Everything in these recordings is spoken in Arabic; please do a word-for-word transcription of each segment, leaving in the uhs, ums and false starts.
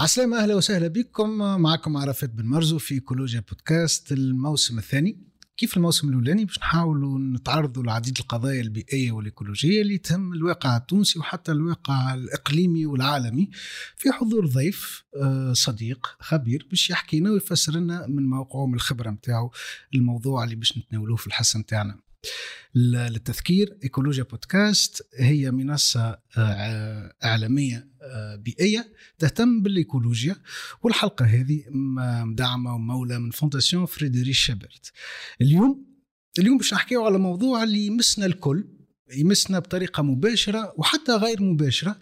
عسلامة، أهلا وسهلا بكم. معكم عرفات بن مرزو في إيكولوجيا بودكاست الموسم الثاني. كيف الموسم الأولاني باش نحاولوا نتعرضوا لعديد القضايا البيئية والإيكولوجية اللي تهم الواقع التونسي وحتى الواقع الإقليمي والعالمي، في حضور ضيف صديق خبير باش يحكينا ويفسر لنا من موقعه من الخبرة متاعه الموضوع اللي باش نتناولوه في الحصة متاعنا. للتذكير، إيكولوجيا بودكاست هي منصة إعلامية بيئية تهتم بالإيكولوجيا، والحلقة هذه مدعمة ومولى من فونداسيون فريدريش شابرت. اليوم اليوم باش نحكيه على موضوع اللي يمسنا الكل، يمسنا بطريقة مباشرة وحتى غير مباشرة.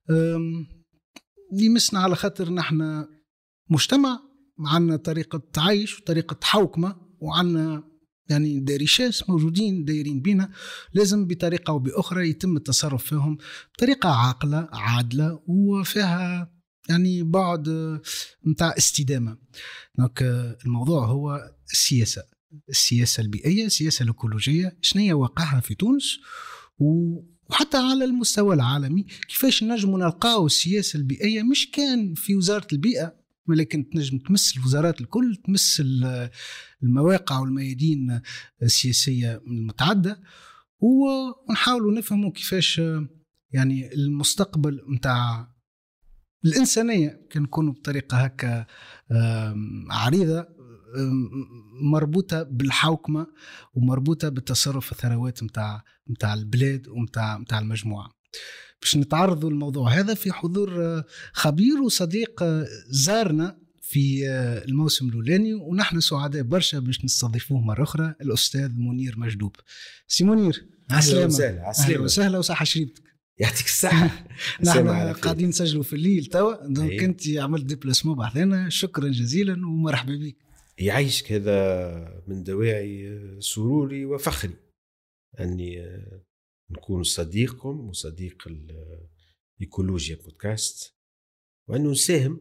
يمسنا على خاطر نحن مجتمع معنا طريقة عيش وطريقة حوكمة، وعنا يعني داريشاس موجودين دايرين بينا، لازم بطريقة أو بأخرى يتم التصرف فيهم بطريقة عاقلة عادلة وفيها يعني بعد متاع استدامة. الموضوع هو السياسة السياسة البيئية، السياسة الإيكولوجية، شنية واقعها في تونس وحتى على المستوى العالمي. كيفاش نجم نلقاو السياسة البيئية مش كان في وزارة البيئة، ولكن تنجم تمس الوزارات الكل، تمس المواقع والميادين السياسية المتعددة، ونحاولوا نفهموا كيفاش يعني المستقبل متاع الإنسانية كان يكون بطريقة هكا عريضة، مربوطة بالحوكمة ومربوطة بالتصرف الثروات متاع متاع البلاد ومتاع متاع المجموعة. باش نتعرضوا الموضوع هذا في حضور خبير وصديق زارنا في الموسم الأولاني، ونحن سعداء برشا باش نستضيفوه مرة أخرى، الأستاذ منير مجدوب. سي منير، أهلا وسهلا. أهلا وسهلا وصحة شريبتك. يعطيك الصحة. نحن قاعدين نسجلوا في الليل توا، دونك أنت عملت ديبلاسمون بعثنا، شكرا جزيلا ومرحبا بك. يعيشك، هذا من دواعي سروري وفخري أني نكون صديقكم وصديق الإيكولوجيا بودكاست، وأنه نساهم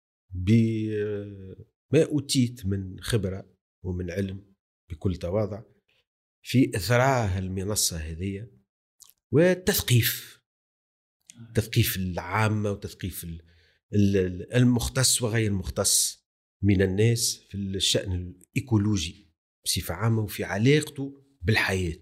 بما أوتيت من خبرة ومن علم بكل تواضع في إثراء المنصة هذه والتثقيف، تثقيف العامة وتثقيف المختص وغير المختص من الناس في الشأن الإيكولوجي بصفة عامة وفي علاقته بالحياة.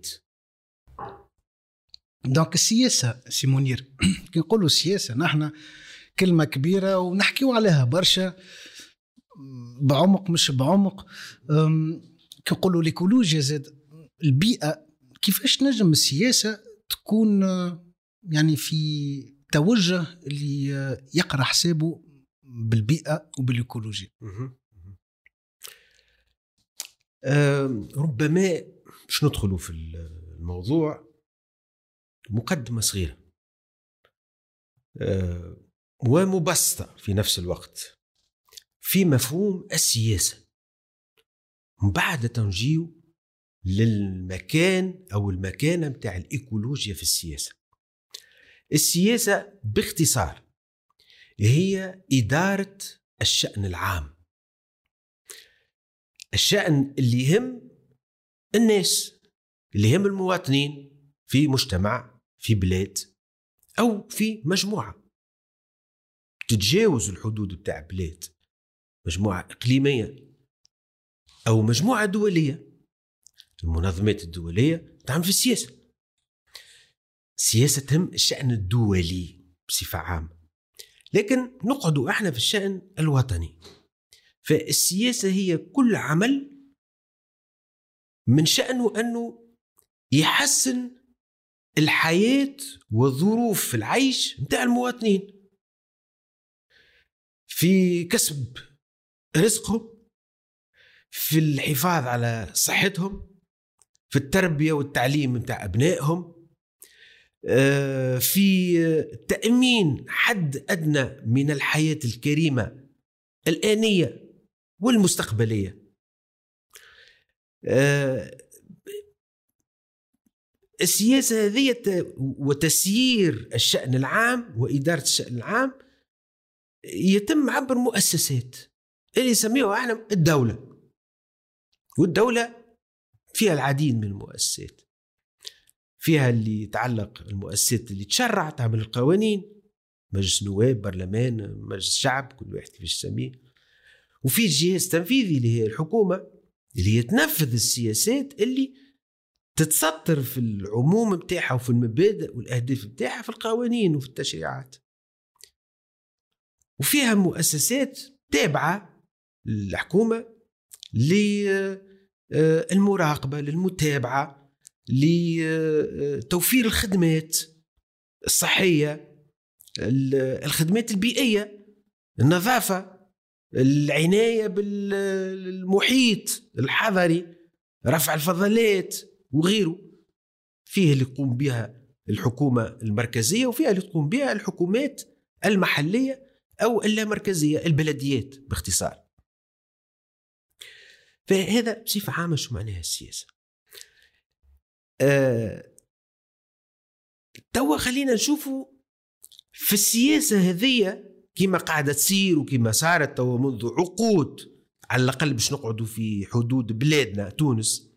دونك السياسة سي منير، كي نقولوا السياسة نحن كلمة كبيرة ونحكيو عليها برشا بعمق مش بعمق. كي نقولوا الإيكولوجيا زاد البيئة، كيفاش نجم السياسة تكون يعني في توجه اللي يقرأ حسابه بالبيئة وبالإيكولوجيا؟ ربما باش ندخلوا في الموضوع مقدمة صغيرة أه ومبسطة في نفس الوقت في مفهوم السياسة، من بعد تنجيو للمكان أو المكانة متاع الإيكولوجيا في السياسة. السياسة باختصار هي إدارة الشأن العام، الشأن اللي يهم الناس، اللي يهم المواطنين في مجتمع، في بلاد أو في مجموعة تتجاوز الحدود بتاع بلاد، مجموعة إقليمية أو مجموعة دولية. المنظمات الدولية تعمل في السياسة، السياسة تهم الشأن الدولي بصفة عامة، لكن نقعدوا احنا في الشأن الوطني. فالسياسة هي كل عمل من شأنه أنه يحسن الحياة وظروف العيش متاع المواطنين، في كسب رزقهم، في الحفاظ على صحتهم، في التربية والتعليم متاع أبنائهم، في تأمين حد أدنى من الحياة الكريمة الآنية والمستقبلية. السياسة هذه وتسيير الشأن العام وإدارة الشأن العام يتم عبر مؤسسات اللي يسميوها احنا الدولة، والدولة فيها العديد من المؤسسات، فيها اللي يتعلق المؤسسات اللي تشرع تعمل القوانين مجلس نواب، برلمان، مجلس شعب، كل واحد كيفاش يسميه. وفي جهاز تنفيذي اللي هي الحكومة اللي هي تنفذ السياسات اللي تتسطر في العموم متاعها وفي المبادئ والأهداف متاعها في القوانين وفي التشريعات. وفيها مؤسسات تابعة للحكومة للمراقبة، للمتابعة، لتوفير الخدمات الصحية، الخدمات البيئية، النظافة، العناية بالمحيط الحضري، رفع الفضلات وغيره. فيه اللي تقوم بها الحكومة المركزية وفيها اللي تقوم بها الحكومات المحلية أو اللامركزية، البلديات باختصار. فهذا بصفة عامة شو معناها السياسة. أه توا خلينا نشوفوا في السياسة هذه كما قاعدة تصير وكما صارت توا منذ عقود على الأقل، باش نقعدوا في حدود بلادنا تونس،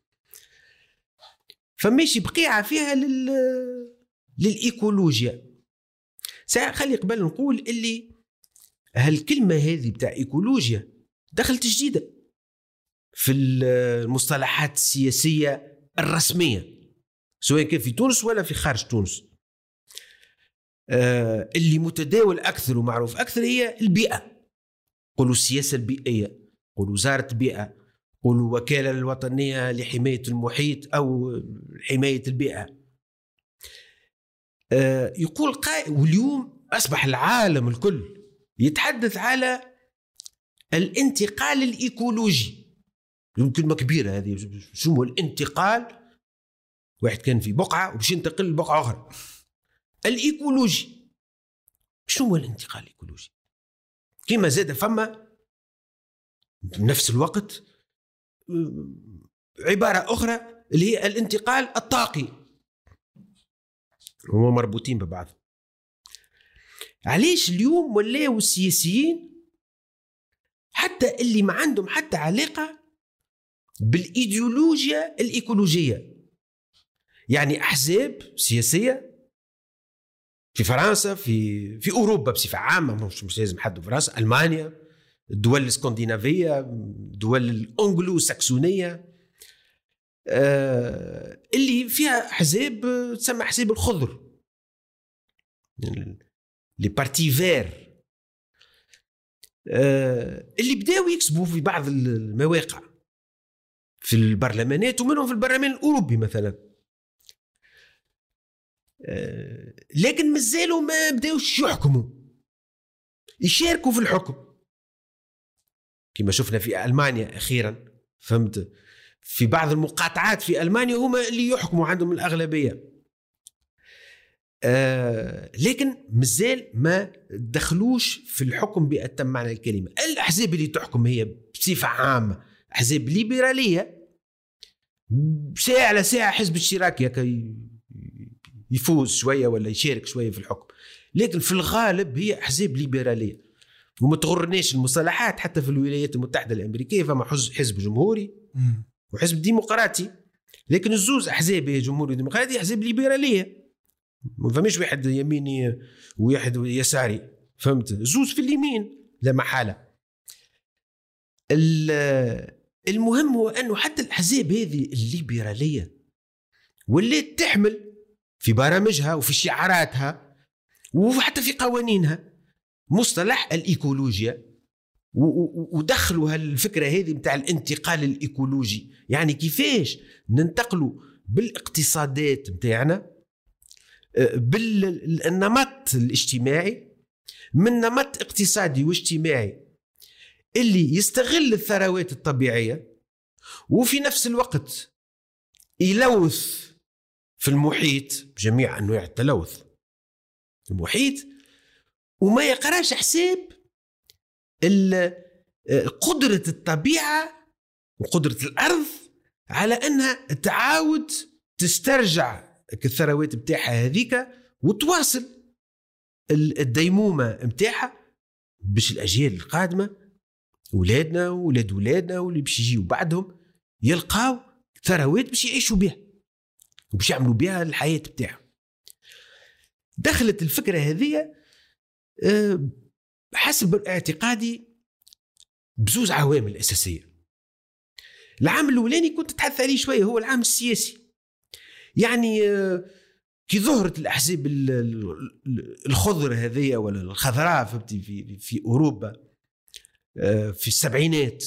فماشي بقيعة فيها لل... للإيكولوجيا. خلي قبل نقول اللي هالكلمة هذه بتاع إيكولوجيا دخلت جديدة في المصطلحات السياسية الرسمية سواء كان في تونس ولا في خارج تونس. آه اللي متداول أكثر ومعروف أكثر هي البيئة، قولوا السياسة البيئية، قولوا وزارة البيئة، قولوا وكالة الوطنية لحماية المحيط أو حماية البيئة. آه يقول قائل، واليوم أصبح العالم الكل يتحدث على الانتقال الإيكولوجي. كلمة كبيرة هذه، شو هو الانتقال؟ واحد كان في بقعة وباش ينتقل لبقعة أخرى. الإيكولوجي شو هو الانتقال الإيكولوجي؟ كما زاد فما بنفس الوقت عبارة أخرى اللي هي الانتقال الطاقي، هما مربوطين ببعض. علاش اليوم ولاو السياسيين حتى اللي ما عندهم حتى علاقة بالإيديولوجيا الإيكولوجية، يعني أحزاب سياسية في فرنسا، في في أوروبا بصفة عامة، مش مش لازم حد في فرنسا، ألمانيا، الدول الاسكندنافية، الدول الأنجلو ساكسونية، آه اللي فيها أحزاب تسمى أحزاب الخضر، لي بارتي فير، آه اللي بداوا يكسبوا في بعض المواقع في البرلمانات ومنهم في البرلمان الأوروبي مثلا. آه لكن مازالوا ما بداوش يحكموا، يشاركوا في الحكم كما شفنا في ألمانيا أخيرا. فهمت؟ في بعض المقاطعات في ألمانيا هما اللي يحكموا، عندهم الأغلبية. آه لكن مازال ما دخلوش في الحكم بأتم معنى الكلمة. الأحزاب اللي تحكم هي بصفة عامة أحزاب ليبرالية، ساعة على ساعة حزب الاشتراكي يفوز شوية ولا يشارك شوية في الحكم، لكن في الغالب هي أحزاب ليبرالية. وما تغرناش المصطلحات، حتى في الولايات المتحدة الأمريكية فما حزب جمهوري وحزب ديمقراطي، لكن الزوز أحزاب جمهوري وديمقراطي أحزاب ليبرالية، ما فماش واحد يميني وواحد يساري. فهمت؟ زوز في اليمين لا محالة. المهم هو أنه حتى الأحزاب هذه الليبرالية ولات تحمل في برامجها وفي شعاراتها وحتى في قوانينها مصطلح الإيكولوجيا، ودخلوا هالفكرة هذه متاع الانتقال الإيكولوجي. يعني كيفاش ننتقلوا بالاقتصادات متاعنا، بالنمط الاجتماعي، من نمط اقتصادي واجتماعي اللي يستغل الثروات الطبيعية وفي نفس الوقت يلوث في المحيط بجميع أنواع التلوث المحيط، وما يقراش حساب قدرة الطبيعة وقدرة الأرض على أنها تعاود تسترجع الثروات بتاعها هذيك وتواصل الديمومة بتاعها باش الأجيال القادمة، أولادنا وولاد أولادنا واللي باش يجيوا بعدهم، يلقاو ثروات باش يعيشوا بها وباش يعملوا بها الحياة بتاعهم. دخلت الفكرة هذه حسب اعتقادي بزوز عوامل أساسية. العامل الأولاني كنت تحدث عليه شوية، هو العامل السياسي. يعني كي ظهرت الأحزاب الخضر هذه ولا الخضراء في, في, في أوروبا في السبعينات،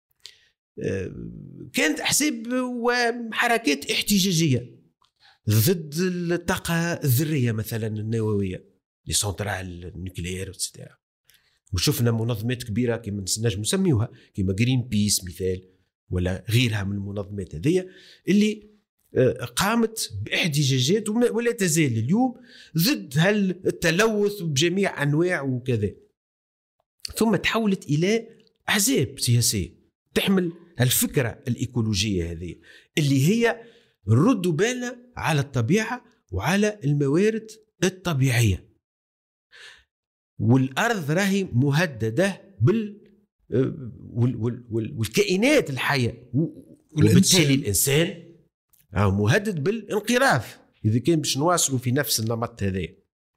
كانت أحزاب وحركات احتجاجية ضد الطاقة الذرية مثلا النووية، لسنترال النوكليير وتستطيع. وشفنا منظمات كبيرة كما نجم نسميوها كما جرين بيس مثال ولا غيرها من المنظمات هذه اللي قامت باحتجاجات ولا تزال اليوم ضد هالتلوث بجميع أنواع وكذا. ثم تحولت إلى أحزاب سياسية تحمل الفكرة الإيكولوجية هذه اللي هي ردوا بالنا على الطبيعة وعلى الموارد الطبيعية، والأرض راهي مهددة بال والكائنات الحية، وبالتالي الإنسان مهدد بالانقراض إذا كان باش نواصلوا في نفس النمط هذا.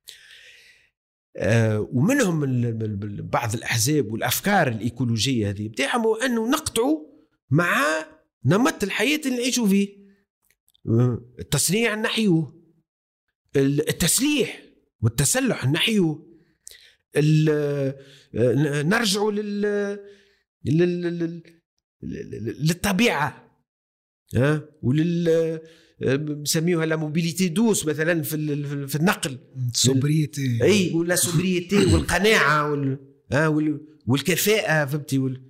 ومنهم بعض الأحزاب والأفكار الإيكولوجية هذه بتاعهم هو أنه نقطعوا مع نمط الحياة اللي نعيشوا فيه، التصنيع نحيوه، التسليح والتسلح نحيوه، نرجعوا لل للطبيعة ولل نسميوها لا موبيليتي دوس مثلا في في النقل، سوبريتي اي ولا سوبريتي والقناعه وال والكفاءه فهمتي وال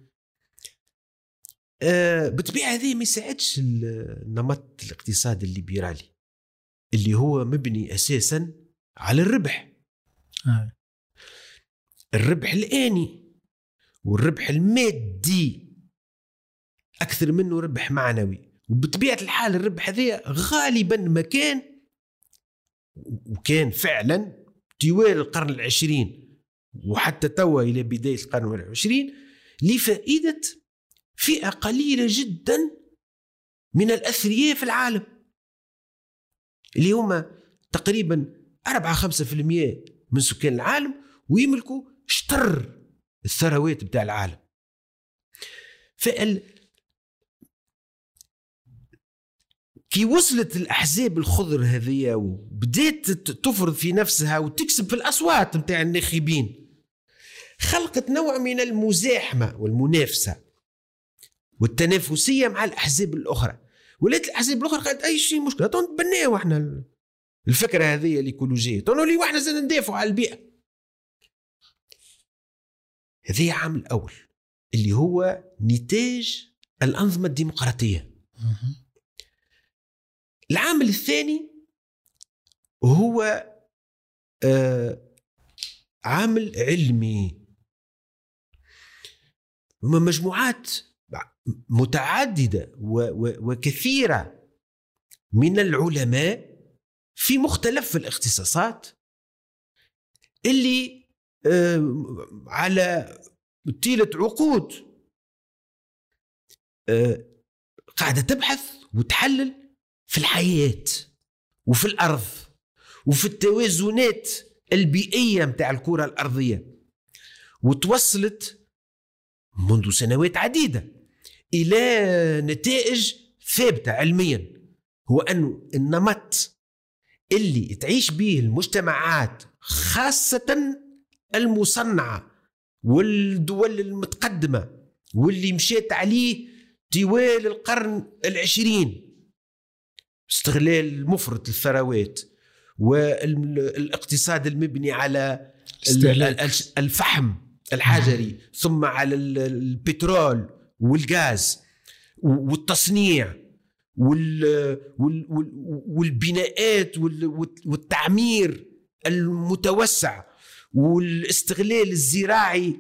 آه بالطبيعه هذه ما يساعدش النمط الاقتصادي الليبرالي اللي هو مبني اساسا على الربح. آه. الربح الآني والربح المادي أكثر منه ربح معنوي. وبطبيعة الحال الربح هذا غالبا ما كان وكان فعلا طوال القرن العشرين وحتى توا إلى بداية القرن العشرين لفائدة فئة قليلة جدا من الأثرياء في العالم اللي هم تقريبا أربعة خمسة في المئة من سكان العالم ويملكوا شطر الثروات بتاع العالم. فال كي وصلت الأحزاب الخضر هذه وبدأت تفرض في نفسها وتكسب في الأصوات بتاع الناخبين، خلقت نوع من المزاحمة والمنافسة والتنافسية مع الأحزاب الأخرى. ولات الأحزاب الأخرى قالت أي شيء مشكلة تنبناه وإحنا الفكرة هذه الإيكولوجية تنولي وإحنا زين ندافع على البيئة. هذه عامل أول اللي هو نتاج الأنظمة الديمقراطية. العامل الثاني هو آه عامل علمي. هما مجموعات متعددة وكثيرة من العلماء في مختلف الاختصاصات اللي آه على طيلة عقود آه قاعدة تبحث وتحلل في الحياة وفي الأرض وفي التوازنات البيئية متاع الكرة الأرضية، وتوصلت منذ سنوات عديدة إلى نتائج ثابتة علميا، هو أنه النمط اللي تعيش به المجتمعات خاصة المصنعة والدول المتقدمة واللي مشيت عليه طوال القرن العشرين، استغلال مفرط للثروات والاقتصاد المبني على الفحم الحجري ثم على البترول والغاز والتصنيع والبناءات والتعمير المتوسع والاستغلال الزراعي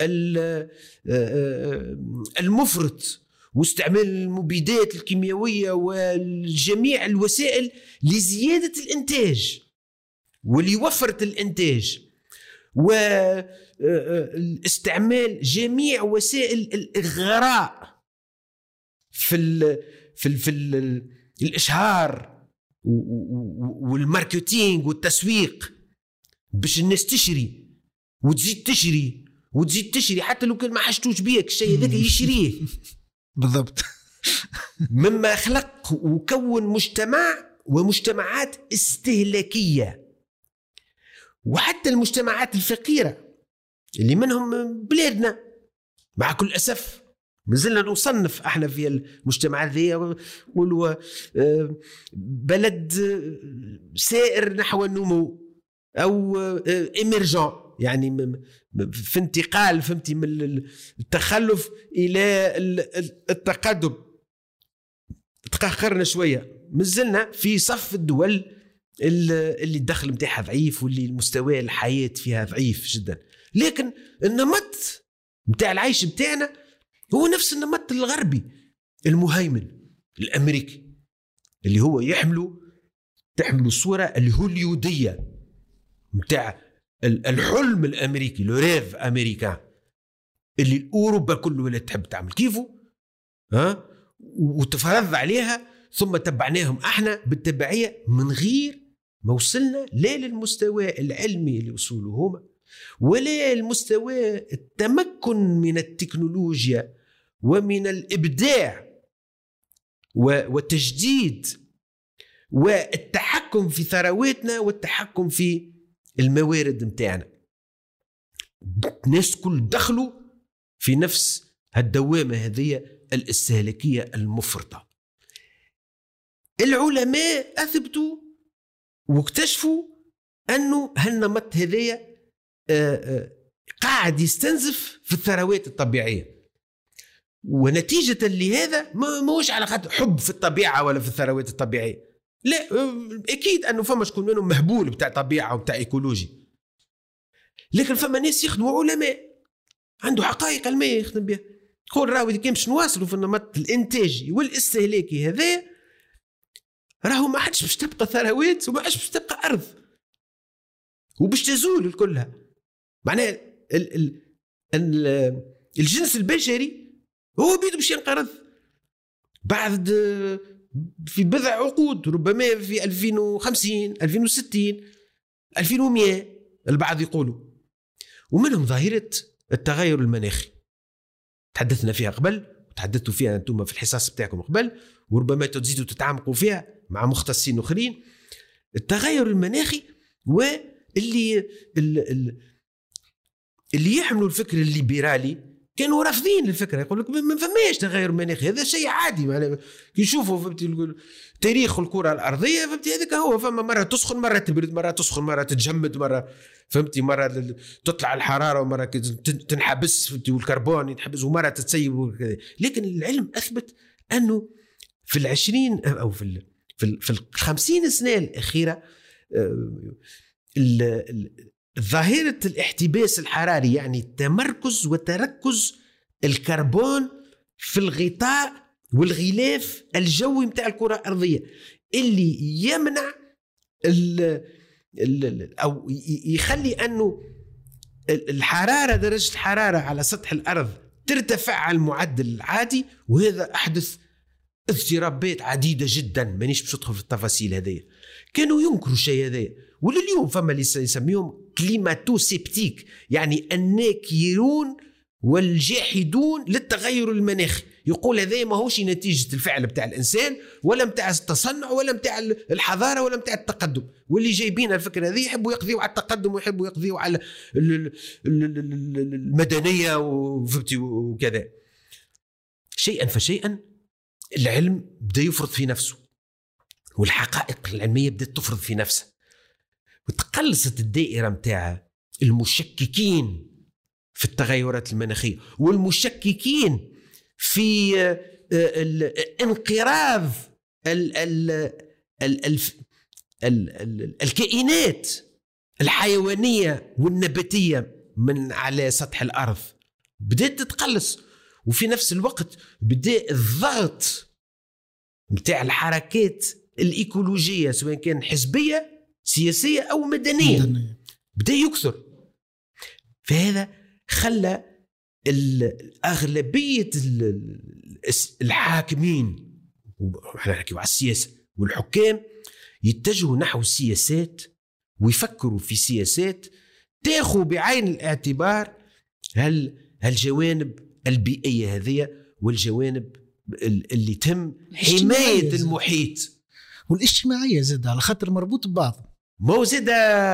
المفرط واستعمال المبيدات الكيميائية وجميع الوسائل لزيادة الإنتاج ولوفرة الإنتاج واستعمال جميع وسائل الإغراء في ال في ال في ال الإشهار والماركتينج والتسويق باش الناس تشري وتزيد تشري وتزيد تشري حتى لو كان ما حشتوش بيك الشيء هذاك يشريه. بالضبط. مما خلق وكون مجتمع ومجتمعات استهلاكية. وحتى المجتمعات الفقيرة اللي منهم بلادنا مع كل أسف مازلنا نصنف احنا في المجتمعات ذي نقولوا بلد سائر نحو النمو او ايمرجون، يعني في انتقال فهمتي من التخلف الى التقدم. تقهقرنا شويه، مازلنا في صف الدول اللي الدخل متاعها ضعيف واللي المستوى الحياه فيها ضعيف جدا، لكن النمط متاع العيش متاعنا هو نفس النمط الغربي المهيمن الامريكي اللي هو يحملوا تحمل الصوره الهوليوديه متاع الحلم الامريكي، لو ريف امريكان اللي اوروبا كله ولا تحب تعمل كيفه ها وتفرض عليها، ثم تبعناهم احنا بالتبعيه من غير ما وصلنا لا للمستوى العلمي اللي وصلوا هما ولا المستوى التمكن من التكنولوجيا ومن الإبداع والتجديد والتحكم في ثرواتنا والتحكم في الموارد متاعنا. الناس كل دخلوا في نفس الدوامة هذه الاستهلاكية المفرطة. العلماء أثبتوا واكتشفوا أنه هالنمط هذه قاعد يستنزف في الثروات الطبيعية، ونتيجة لهذا ما موش على خاطر حب في الطبيعة ولا في الثروات الطبيعية، لا أكيد أنه فما شكون منهم مهبول بتاع طبيعة وبتاع إيكولوجي، لكن فما ناس يخدموا علماء عنده حقائق علمية يخدم بها. قول راهو إذا كان باش نواصلوا في النمط الإنتاجي والاستهلاكي هذا راهو ما حدش باش تبقى ثروات وما حدش باش تبقى أرض وباش تزول كلها. معناه ال ال ال الجنس البشري هو بيده باش ينقرض بعد في بضع عقود، ربما في ألفين وخمسين ألفين وستين ألفين ومئة البعض يقولوا. ومنهم ظاهرة التغير المناخي تحدثنا فيها قبل وتحدثتوا فيها أنتم في الحصص بتاعكم قبل، وربما تزيدوا تتعمقوا فيها مع مختصين آخرين. التغير المناخي واللي اللي يحملوا الفكر الليبرالي كانوا رافضين الفكره، يقول لك ما فماش تغير مناخي، هذا شيء عادي. يعني كي يشوفوا فهمتي تاريخ الكره الارضيه فهمتي هذاك هو، فما مره تسخن مره تبرد مره تسخن مره تتجمد مره فهمتي مره تطلع الحراره ومره تنحبس فهمتي والكربون يتحبس ومره تتسيب وكذا. لكن العلم اثبت انه في العشرين او في في الخمسين سنه الاخيره ظاهرة الاحتباس الحراري، يعني تمركز وتركز الكربون في الغطاء والغلاف الجوي متاع الكرة الأرضية اللي يمنع ال ال أو يخلي أنه الحرارة درجة الحرارة على سطح الأرض ترتفع على المعدل العادي. وهذا أحدث اضطرابات عديدة جدا مانيش باش ندخل في التفاصيل هذه. كانوا ينكروا الشيء هذا، ولليوم فما اللي يسميهم كليماتو سيبتيك، يعني الناكرون والجاحدون للتغير المناخي. يقول هذا ما هوش نتيجة الفعل بتاع الإنسان ولا بتاع التصنع ولا بتاع الحضارة ولا بتاع التقدم، واللي جايبين الفكرة هذه يحبوا يقضيوا على التقدم ويحبوا يقضيوا على المدنية وكذا. شيئا فشيئا العلم بدأ يفرض في نفسه والحقائق العلمية بدأت تفرض في نفسها، وتقلصت الدائرة متاع المشككين في التغيرات المناخية والمشككين في انقراض ال ال ال ال ال الكائنات الحيوانية والنباتية من على سطح الأرض. بدأت تتقلص، وفي نفس الوقت بدأ الضغط متاع الحركات الإيكولوجية سواء كان حزبية سياسية أو مدنية, مدنية. بدأ يكثر. فهذا خلى أغلبية الحاكمين وإحنا نحكي على السياسة والحكام يتجهوا نحو السياسات ويفكروا في سياسات تاخذ بعين الاعتبار هل الجوانب البيئية هذه والجوانب اللي تم حماية المحيط والاجتماعية زاد على خاطر مربوط ببعض. ما زاد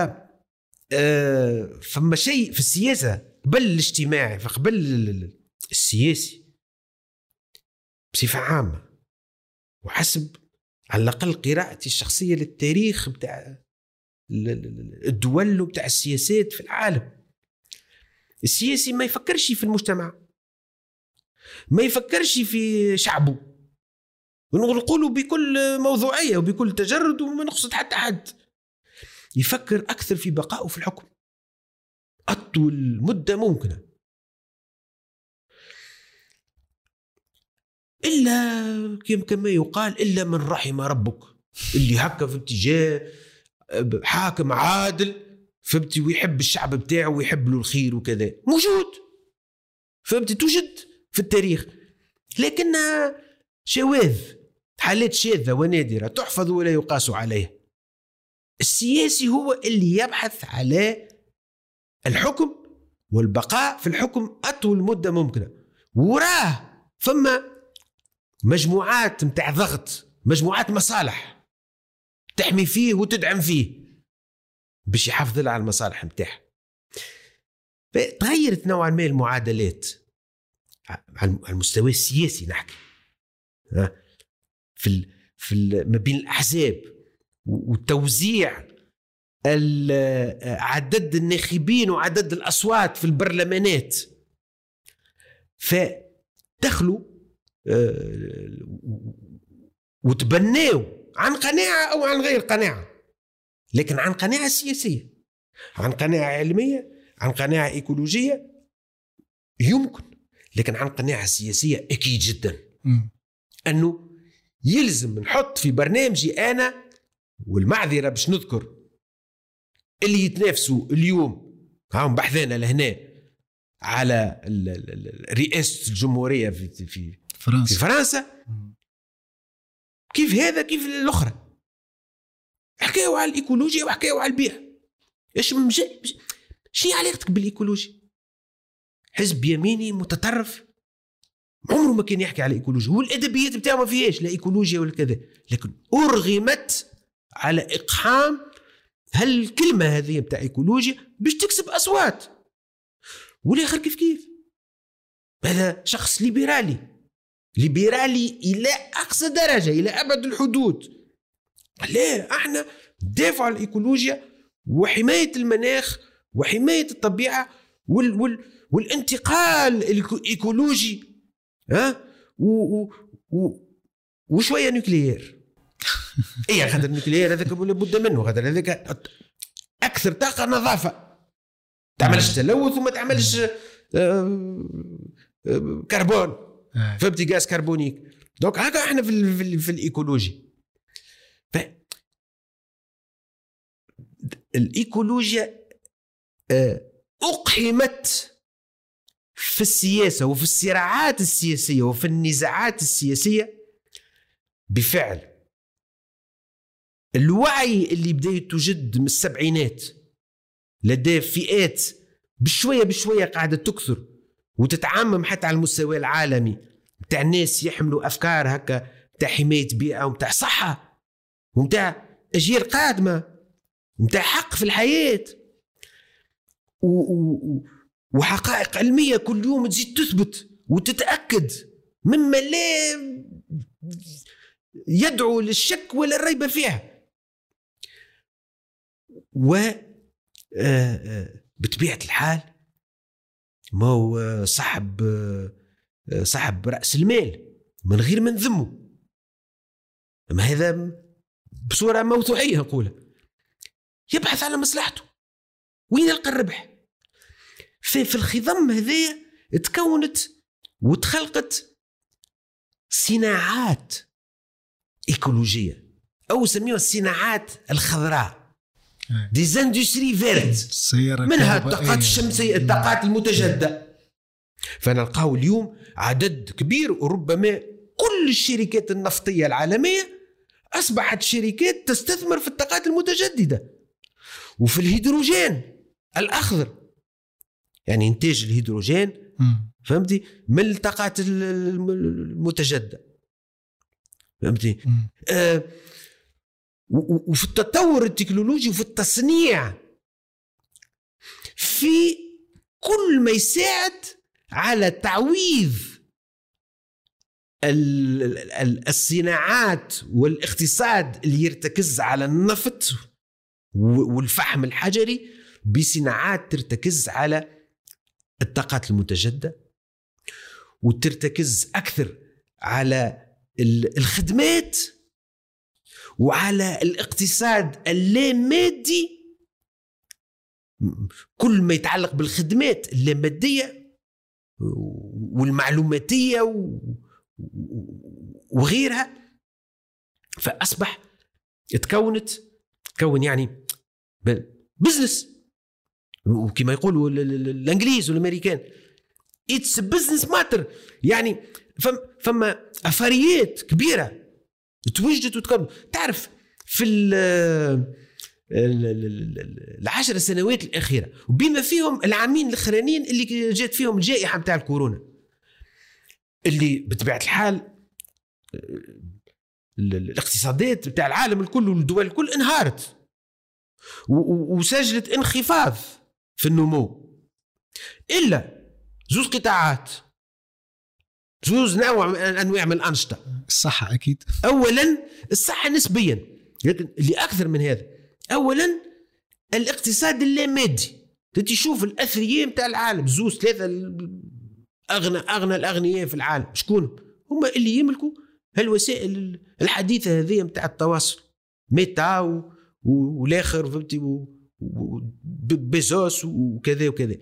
آه فما شيء في السياسة قبل الاجتماعي فقبل السياسي بصفة عامة، وحسب على الأقل قراءتي الشخصية للتاريخ بتاع الدول وبتاع السياسات في العالم، السياسي ما يفكرش في المجتمع، ما يفكرش في شعبه، ونقوله بكل موضوعية وبكل تجرد وما نقصد حتى حد، يفكر أكثر في بقائه في الحكم أطول مدة ممكنة، إلا كما يقال إلا من رحم ربك، اللي هكا في اتجاه حاكم عادل فهمتي ويحب الشعب بتاعه ويحب له الخير وكذا، موجود فهمتي، توجد في التاريخ، لكنها شواذ، حالات شاذة ونادرة تحفظ ولا يقاس عليها. السياسي هو اللي يبحث على الحكم والبقاء في الحكم أطول مدة ممكنة، وراه فما مجموعات متاع ضغط، مجموعات مصالح تحمي فيه وتدعم فيه باش يحافظ على المصالح متاعه. تغيرت نوعا ما المعادلات على المستوى السياسي، نحكي في في ما بين الأحزاب وتوزيع عدد الناخبين وعدد الأصوات في البرلمانات، فدخلوا وتبنوا عن قناعة أو عن غير قناعة، لكن عن قناعة سياسية، عن قناعة علمية، عن قناعة إيكولوجية يمكن، لكن عن قناعة سياسية أكيد جدا م. أنه يلزم نحط في برنامجي أنا والمعذرة باش نذكر اللي يتنافسوا اليوم هم بحثنا لهنا على رئاسة الجمهورية في في فرنسا, في فرنسا. كيف هذا كيف الأخرى، حكاوا على الإيكولوجيا وحكاوا على البيئة، إيش شيء علاقتك بالإيكولوجيا؟ حزب يميني متطرف عمره ما كان يحكي على الإيكولوجيا، والأدبيات بتاعه ما فيهاش لا إيكولوجيا ولا كذا، لكن أرغمت على إقحام هالكلمة هذه بتاع إيكولوجيا باش تكسب أصوات، والآخر كيف كيف هذا شخص ليبرالي ليبرالي إلى أقصى درجة، إلى أبعد الحدود. لا، احنا ندافع عن الإيكولوجيا وحماية المناخ وحماية الطبيعة وال وال والانتقال الإيكولوجي، ها و و وشوية نوكليير. إيه هذا النوكليير هذاك لابد منه، هذا هذاك أكثر طاقة نظافة، تعملش تلوث وما تعملش كربون، فهمتي، غاز كربونيك. دونك هكا احنا في ال في, ال في الإيكولوجي. ف الإيكولوجيا أقحمت في السياسة وفي الصراعات السياسية وفي النزاعات السياسية بفعل الوعي اللي بدأ يتوجد من السبعينات لدى فئات بشوية بشوية قاعدة تكثر وتتعمم حتى على المستوى العالمي، بتاع الناس يحملوا أفكار هكا بتاع حماية بيئة ومتاع صحة ومتاع أجيال قادمة ومتاع حق في الحياة و... و... وحقائق علمية كل يوم تزيد تثبت وتتأكد مما لا يدعو للشك ولا الريب فيها. و بطبيعة الحال ما هو صاحب صاحب رأس المال من غير ما نذمه، أما هذا بصورة موضوعية نقولها يبحث على مصلحته وين يلقى الربح. في الخضم هذه تكونت وتخلقت صناعات إيكولوجية أو سميوها الصناعات الخضراء، دي زاندستري فيرت، منها الطاقات الشمسية، الطاقات المتجددة. فنلقاو اليوم عدد كبير وربما كل الشركات النفطية العالمية أصبحت شركات تستثمر في الطاقات المتجددة وفي الهيدروجين الأخضر، يعني إنتاج الهيدروجين فهمتي من الطاقات المتجددة فهمتي. آه وفي التطور التكنولوجي وفي التصنيع في كل ما يساعد على تعويض الصناعات والاقتصاد اللي يرتكز على النفط والفحم الحجري بصناعات ترتكز على الطاقات المتجددة وترتكز أكثر على الخدمات وعلى الاقتصاد اللامادي. كل ما يتعلق بالخدمات اللامادية والمعلوماتية وغيرها، فأصبح تكونت تكون يعني بزنس، وكما يقولوا الانجليز والامريكان it's a business matter. يعني فم فما افاريات كبيره توجدت وتكون. تعرف في العشر سنوات الاخيره وبما فيهم العامين الاخرانيين اللي جات فيهم الجائحه نتاع الكورونا، اللي بطبيعه الحال الاقتصادات نتاع العالم الكل والدول الكل انهارت وسجلت انخفاض في النمو، إلا زوز قطاعات، زوز نوع أنواع من الأنشطة. الصحة أكيد أولا الصحة نسبيا، لكن اللي أكثر من هذا أولا الاقتصاد اللامادي. تشوف الأثرياء متاع العالم، زوز ثلاثة أغنى أغنى الأغنياء في العالم شكون هم؟ اللي يملكوا هالوسائل الحديثة هذه متاع التواصل، ميتا والآخر فهمتي بيزوس وكذا وكذا.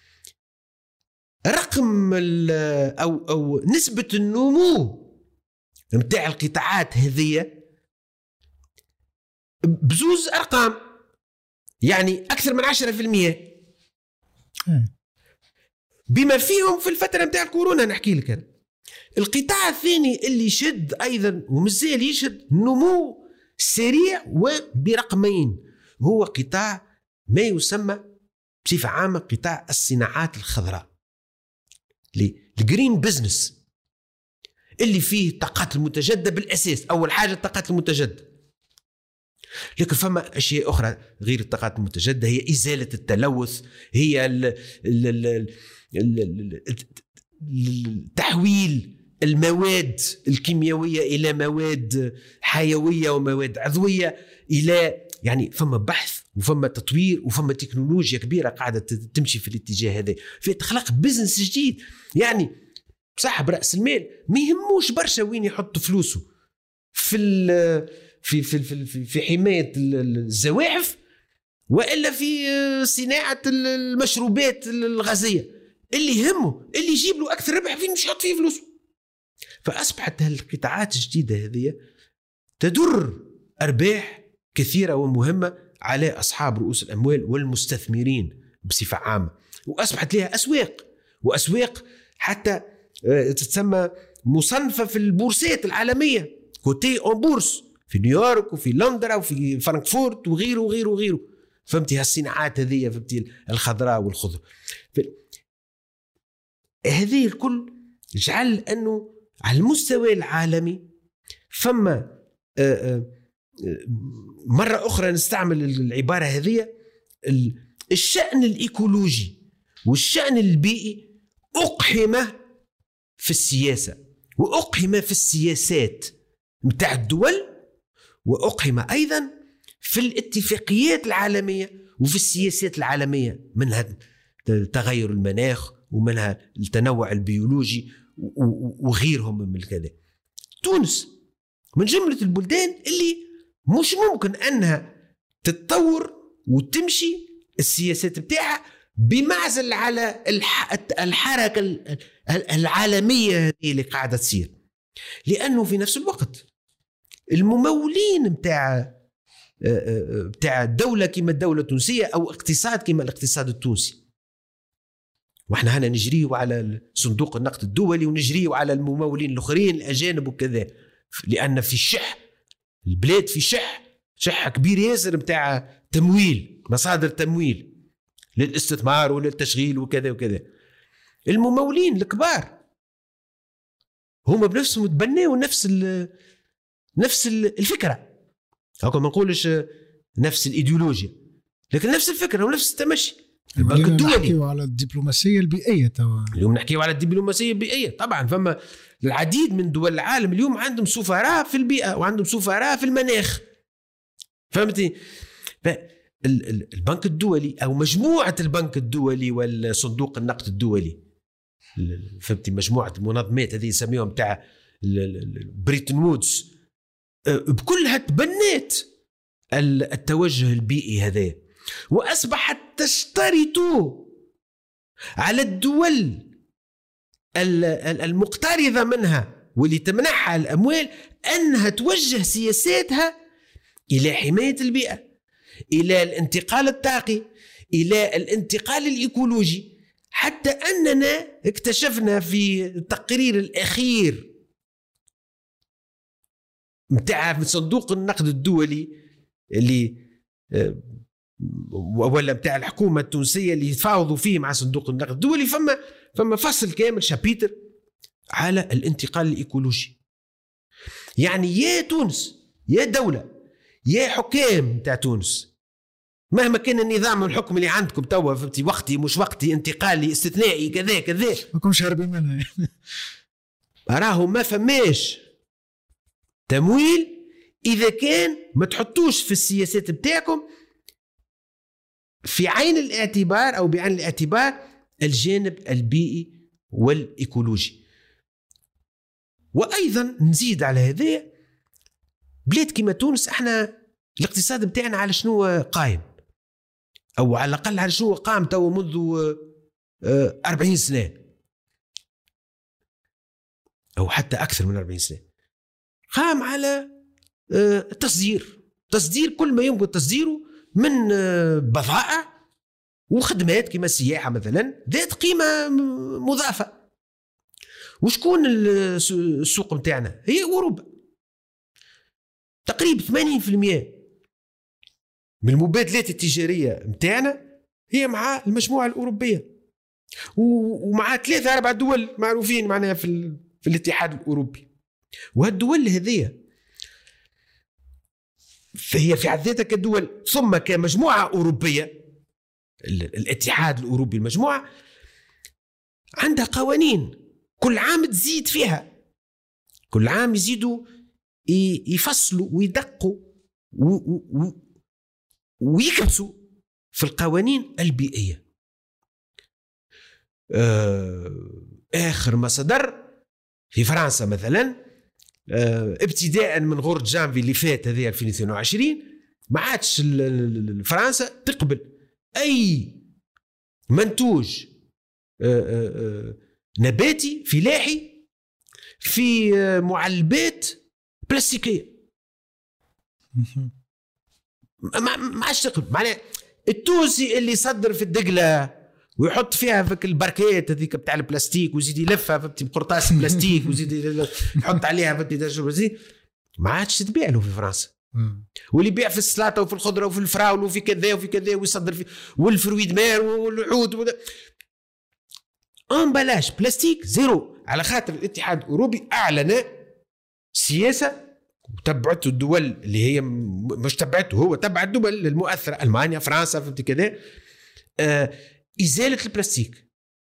رقم أو أو نسبة النمو متاع القطاعات هذه بزوز أرقام، يعني أكثر من عشرة في المية بما فيهم في الفترة متاع الكورونا. نحكي لك أنا القطاع الثاني اللي يشد أيضا ومازال يشد نمو سريع وبرقمين هو قطاع ما يسمى بصفة عامة قطاع الصناعات الخضراء، الجرين بزنس، اللي فيه الطاقات المتجددة بالأساس. أول حاجة الطاقات المتجددة، لكن فما أشياء أخرى غير الطاقات المتجددة، هي إزالة التلوث، هي ال ال ال ال ال تحويل المواد الكيميائية إلى مواد حيوية ومواد عضوية، إلى يعني فما بحث وفما تطوير وفما تكنولوجيا كبيرة قاعدة تمشي في الاتجاه هذا، في إخلاق بزنس جديد. يعني صاحب رأس المال ما يهموش برشا وين يحط فلوسه، في في في في, في حماية الزواحف وإلا في صناعة المشروبات الغازية. اللي يهمه اللي يجيب له أكثر ربح فين مش يحط فيه فلوسه. فأصبحت هالقطاعات الجديدة هذه تدر أرباح كثيرة ومهمة على أصحاب رؤوس الأموال والمستثمرين بصفة عامة، وأصبحت لها أسواق، وأسواق حتى تتسمى مصنفة في البورصات العالمية، كوتي أون بورس، في نيويورك وفي لندن وفي فرانكفورت وغيره وغيره وغيره. فهمتي هالصناعات هذه، فهمتي الخضراء والخضر، هذه الكل جعل أنه على المستوى العالمي فما مرة أخرى نستعمل العبارة هذه، الشأن الإيكولوجي والشأن البيئي أقحم في السياسة وأقحم في السياسات متاع الدول، وأقحم أيضا في الاتفاقيات العالمية وفي السياسات العالمية، منها تغير المناخ ومنها التنوع البيولوجي وغيرهم من كذا. تونس من جملة البلدان اللي مش ممكن أنها تتطور وتمشي السياسات بتاعها بمعزل على الحركة العالمية هذه اللي قاعدة تصير، لأنه في نفس الوقت الممولين بتاع بتاع الدولة كما الدولة التونسية أو اقتصاد كما الاقتصاد التونسي، واحنا هنا نجريه على صندوق النقد الدولي ونجريه على الممولين الآخرين الأجانب وكذا، لأن في شح البلاد، في شح شح كبير ياسر بتاع تمويل، مصادر تمويل. للاستثمار وللتشغيل وكذا وكذا. الممولين الكبار هم بنفسهم تبنوا نفس نفس الفكره، هاكم ما نقولش نفس الايديولوجيا، لكن نفس الفكره ونفس التمشي. البنك الدولي نحكيو على الدبلوماسيه البيئيه توا، اليوم نحكيو على الدبلوماسيه البيئيه. طبعا فما العديد من دول العالم اليوم عندهم سفراء في البيئه وعندهم سفراء في المناخ، فهمتي؟ البنك الدولي او مجموعه البنك الدولي والصندوق النقد الدولي، فهمتي، مجموعه المنظمات هذه يسميهم تاع بريتن وودز، بكلها تبنت التوجه البيئي هذا، واصبحت تشترط على الدول المقترضه منها واللي تمنحها الاموال انها توجه سياساتها الى حمايه البيئه، الى الانتقال الطاقي، الى الانتقال الايكولوجي. حتى اننا اكتشفنا في التقرير الاخير متاع صندوق النقد الدولي اللي ولا متاع الحكومه التونسيه اللي يتفاوضوا فيه مع صندوق النقد الدولي، فما فما فصل كامل شابيتر على الانتقال الايكولوجي. يعني يا تونس يا دوله يا حكام تاع تونس، مهما كان النظام الحكم اللي عندكم توا، فهمتي، وقتي مش وقتي، انتقالي استثنائي كذا كذا، ماكم شاربين منها راهو ما فماش تمويل اذا كان ما تحطوش في السياسات بتاعكم في عين الاعتبار او بعين الاعتبار الجانب البيئي والايكولوجي. وايضا نزيد على هذا، بلاد كما تونس احنا الاقتصاد بتاعنا على شنو قائم، او على الاقل على شنو قام تو منذ أربعين سنه او حتى اكثر من أربعين سنه، قام على تصدير تصدير كل ما يمكن تصديره من بضائع وخدمات كما السياحه مثلا ذات قيمه مضافه. وشكون السوق متاعنا؟ هي اوروبا. تقريبا ثمانين بالمئة من المبادلات التجاريه متاعنا هي مع المجموعه الاوروبيه، ومع ثلاثه اربع دول معروفين معناها في, في الاتحاد الاوروبي. وهالدول هذه فهي في حد ذاتها كدول ثم كمجموعه اوروبيه، الاتحاد الاوروبي المجموعه عندها قوانين كل عام تزيد فيها، كل عام يزيدوا يفصلوا ويدقوا ويكبسوا في القوانين البيئيه. آخر ما صدر في فرنسا مثلا ابتداء من غرة جانفي اللي فات هذه ألفين واثنين وعشرين ما عادش فرنسا تقبل أي منتوج نباتي فلاحي في معلبات بلاستيكية، ما عادش تقبل. معناه التونسي اللي يصدر في الدقلة ويحط فيها فك البركات هذيك بتاع البلاستيك ويزيد يلفها فبتي بقرطاس بلاستيك ويزيد يحط عليها فبتي تجربه، ما عادش تبيع له في فرنسا. واللي يبيع في السلطه وفي الخضره وفي الفراوله وفي كذا وفي كذا ويصدر في والفرويد مار والعود امبلاش بلاستيك زيرو، على خاطر الاتحاد الاوروبي اعلن سياسه وتبعته الدول اللي هي مش تبعته هو، تبع الدول المؤثره المانيا فرنسا فهمتي كذا، آه إزالة البلاستيك.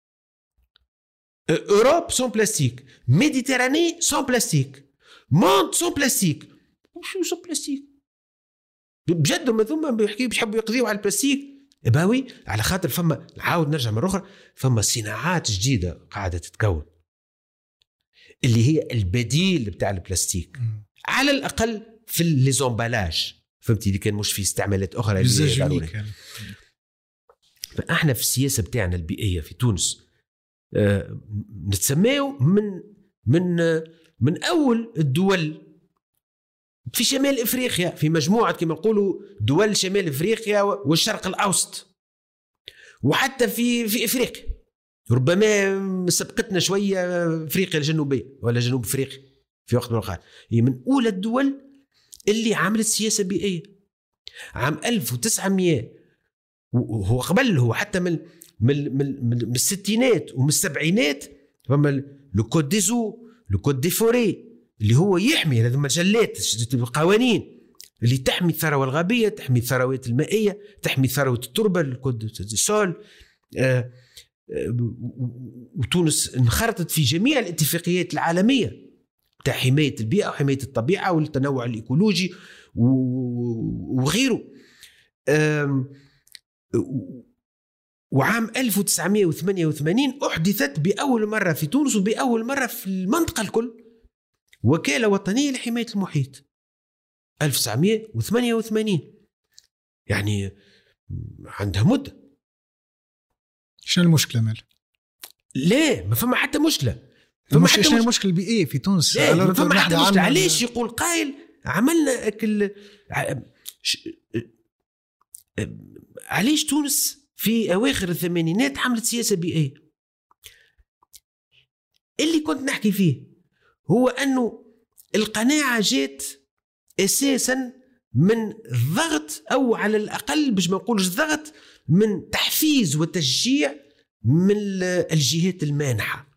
أوروب سون بلاستيك، ميديتراني سون بلاستيك، موند سون بلاستيك. وشو سون بلاستيك؟ بجد ما ثم بيحكيوا بيحبوا يقضيوا على البلاستيك. باوي على خاطر فما نعاود نرجع مرة أخرى، فما صناعات جديدة قاعدة تتكون اللي هي البديل بتاع البلاستيك، على الأقل في الليزومبالاج، فهمتي، اللي كان مش في استعمالات أخرى اللي فاحنا في السياسه بتاعنا البيئيه في تونس آه نتسميه من من آه من اول الدول في شمال افريقيا، في مجموعه كما نقولوا دول شمال افريقيا والشرق الاوسط، وحتى في في افريقيا ربما سبقتنا شويه افريقيا الجنوبيه ولا جنوب افريقيا في وقت من الاوقات. هي من اولى الدول اللي عملت سياسه بيئيه. عام ألف وتسعمائة وهو قبل هو حتى من من من, من الستينات ومن السبعينات فما لو كود دي زو لو كود دي فوري اللي هو يحمي هذه المجلات القوانين اللي تحمي الثروة الغابية، تحمي الثروات المائية، تحمي ثروة التربة، الكود دي سول. آه وتونس انخرطت في جميع الاتفاقيات العالمية تاع حماية البيئة وحماية الطبيعة والتنوع الإيكولوجي وغيره. وعام ألف وتسعمائة وثمانية وثمانين أحدثت بأول مرة في تونس وبأول مرة في المنطقة الكل وكالة وطنية لحماية المحيط ألف وتسعمائة وثمانية وثمانين، يعني عندها مدة. شنو المشكلة مال؟ لا ما فما حتى مشكلة. فما حتى مشكلة المشكلة البيئية في تونس. لا ما فما حتى مشكلة. علاش يقول قائل عملنا أكل علاش تونس في أواخر الثمانينات عملت سياسة بيئية؟ اللي كنت نحكي فيه هو أنه القناعة جات أساسا من ضغط، أو على الأقل باش ما نقولش ضغط، من تحفيز وتشجيع من الجهات المانحة.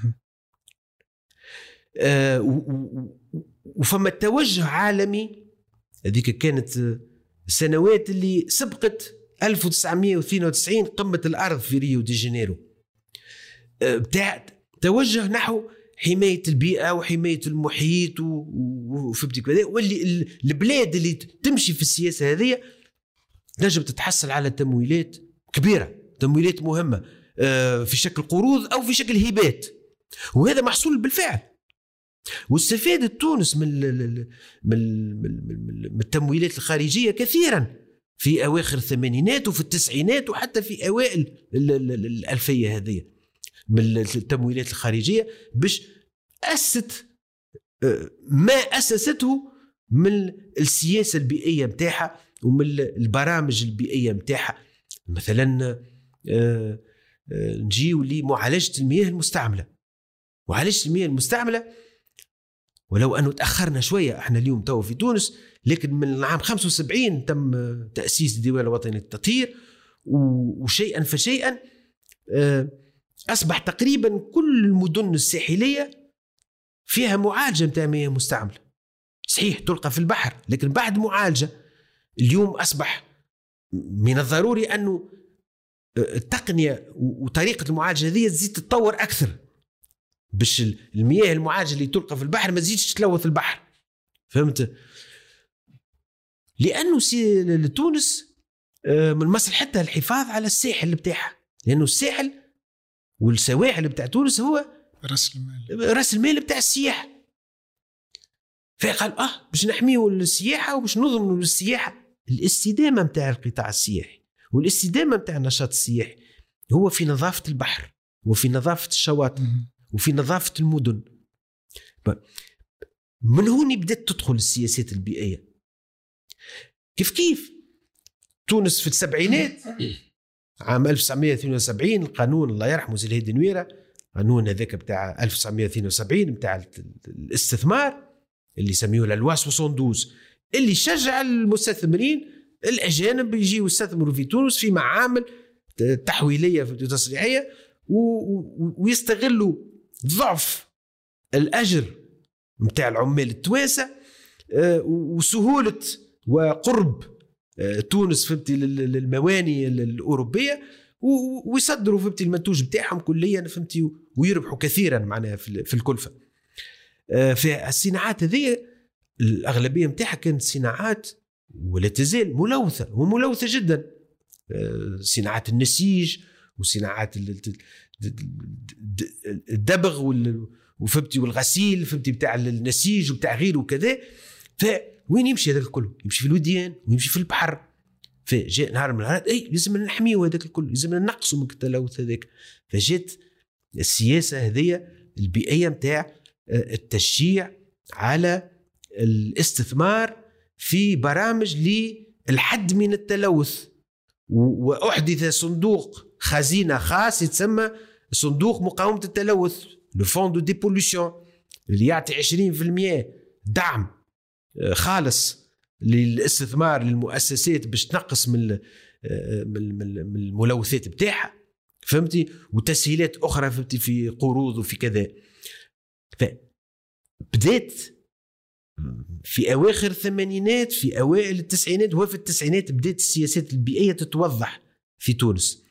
آه وفما التوجه عالمي. هذيك كانت السنوات اللي سبقت ألف وتسعمائة واثنين وتسعين قمة الأرض في ريو دي جانيرو، آه بتاع توجه نحو حماية البيئة وحماية المحيط وفهمتي كذا. واللي البلاد اللي تمشي في السياسة هذه نجم تتحصل على تمويلات كبيرة، تمويلات مهمة في شكل قروض أو في شكل هبات، وهذا محصول بالفعل. واستفادت تونس من من التمويلات الخارجية كثيرا في أواخر الثمانينات وفي التسعينات وحتى في أوائل الألفية هذه من التمويلات الخارجية باش أسست ما أسسته من السياسة البيئية متاعها ومن البرامج البيئية متاعها. مثلا نجيو لمعالجة المياه المستعملة. معالجة المياه المستعملة ولو أنه تأخرنا شوية احنا اليوم تو في تونس، لكن من العام خمسة وسبعين تم تأسيس الديوان الوطني للتطهير، وشيئا فشيئا أصبح تقريبا كل المدن الساحلية فيها معالجة متاع مياه مستعملة. صحيح تلقى في البحر، لكن بعد معالجة اليوم أصبح من الضروري أنه التقنية وطريقة المعالجة هذه تزيد تتطور أكثر باش المياه المعالجة اللي تلقى في البحر ما تزيدش تلوث البحر. فهمت؟ لأنه تونس من مصلحتها الحفاظ على الساحل بتاعها، لأنه الساحل والسواحل بتاع تونس هو رأس المال رأس المال بتاع السياحة. فقال اه باش نحميه السياحة وباش نضمنوا للسياحة الاستدامة بتاع القطاع السياحي، والاستدامة بتاع النشاط السياحي هو في نظافة البحر وفي نظافة الشواطئ وفي نظافة المدن. من هون بدأت تدخل السياسات البيئية. كيف كيف تونس في السبعينات عام ألف وتسعمائة واثنين وسبعين القانون الله يرحمه زي الهيدي نويرة، قانون هذاك بتاع ألف وتسعمائة واثنين وسبعين بتاع الاستثمار اللي يسميه للوا مئتين واحد عشر، اللي شجع المستثمرين الأجانب يجيوا يستثمروا في تونس في معامل تحويلية وتصنيعية ويستغلوا ضعف الأجر متاع العمال التوانسة وسهولة وقرب تونس فهمتي للمواني الأوروبية، ويصدروا فهمتي المنتوج بتاعهم كليا فهمتي ويربحوا كثيرا معناها في الكلفة. في الصناعات هذه الأغلبية متاعها كانت صناعات ولا تزال ملوثة وملوثة جدا، صناعات النسيج وصناعات الدبغ وفهمتي والغسيل فهمتي بتاع النسيج وبتاع غيره وكذا. فوين يمشي هذا الكل؟ يمشي في الوديان ويمشي في البحر. فجاء نهار من النهارات اي لازم نحميه هذاك الكل، لازم ننقصوا من التلوث هذاك. فجت السياسة هذه البيئية متاع التشجيع على الاستثمار في برامج للحد من التلوث، وأحدث صندوق خزينة خاص يتسمى صندوق مقاومة التلوث، لو فون دو ديبولوشن، اللي يعطي عشرين بالمئة دعم خالص للاستثمار للمؤسسات باش تنقص من من الملوثات بتاعها، فهمتي، وتسهيلات اخرى فهمتي في قروض وفي كذا. فبدات في اواخر الثمانينات في اوائل التسعينات وفي التسعينات بدات السياسات البيئيه تتوضح في تونس.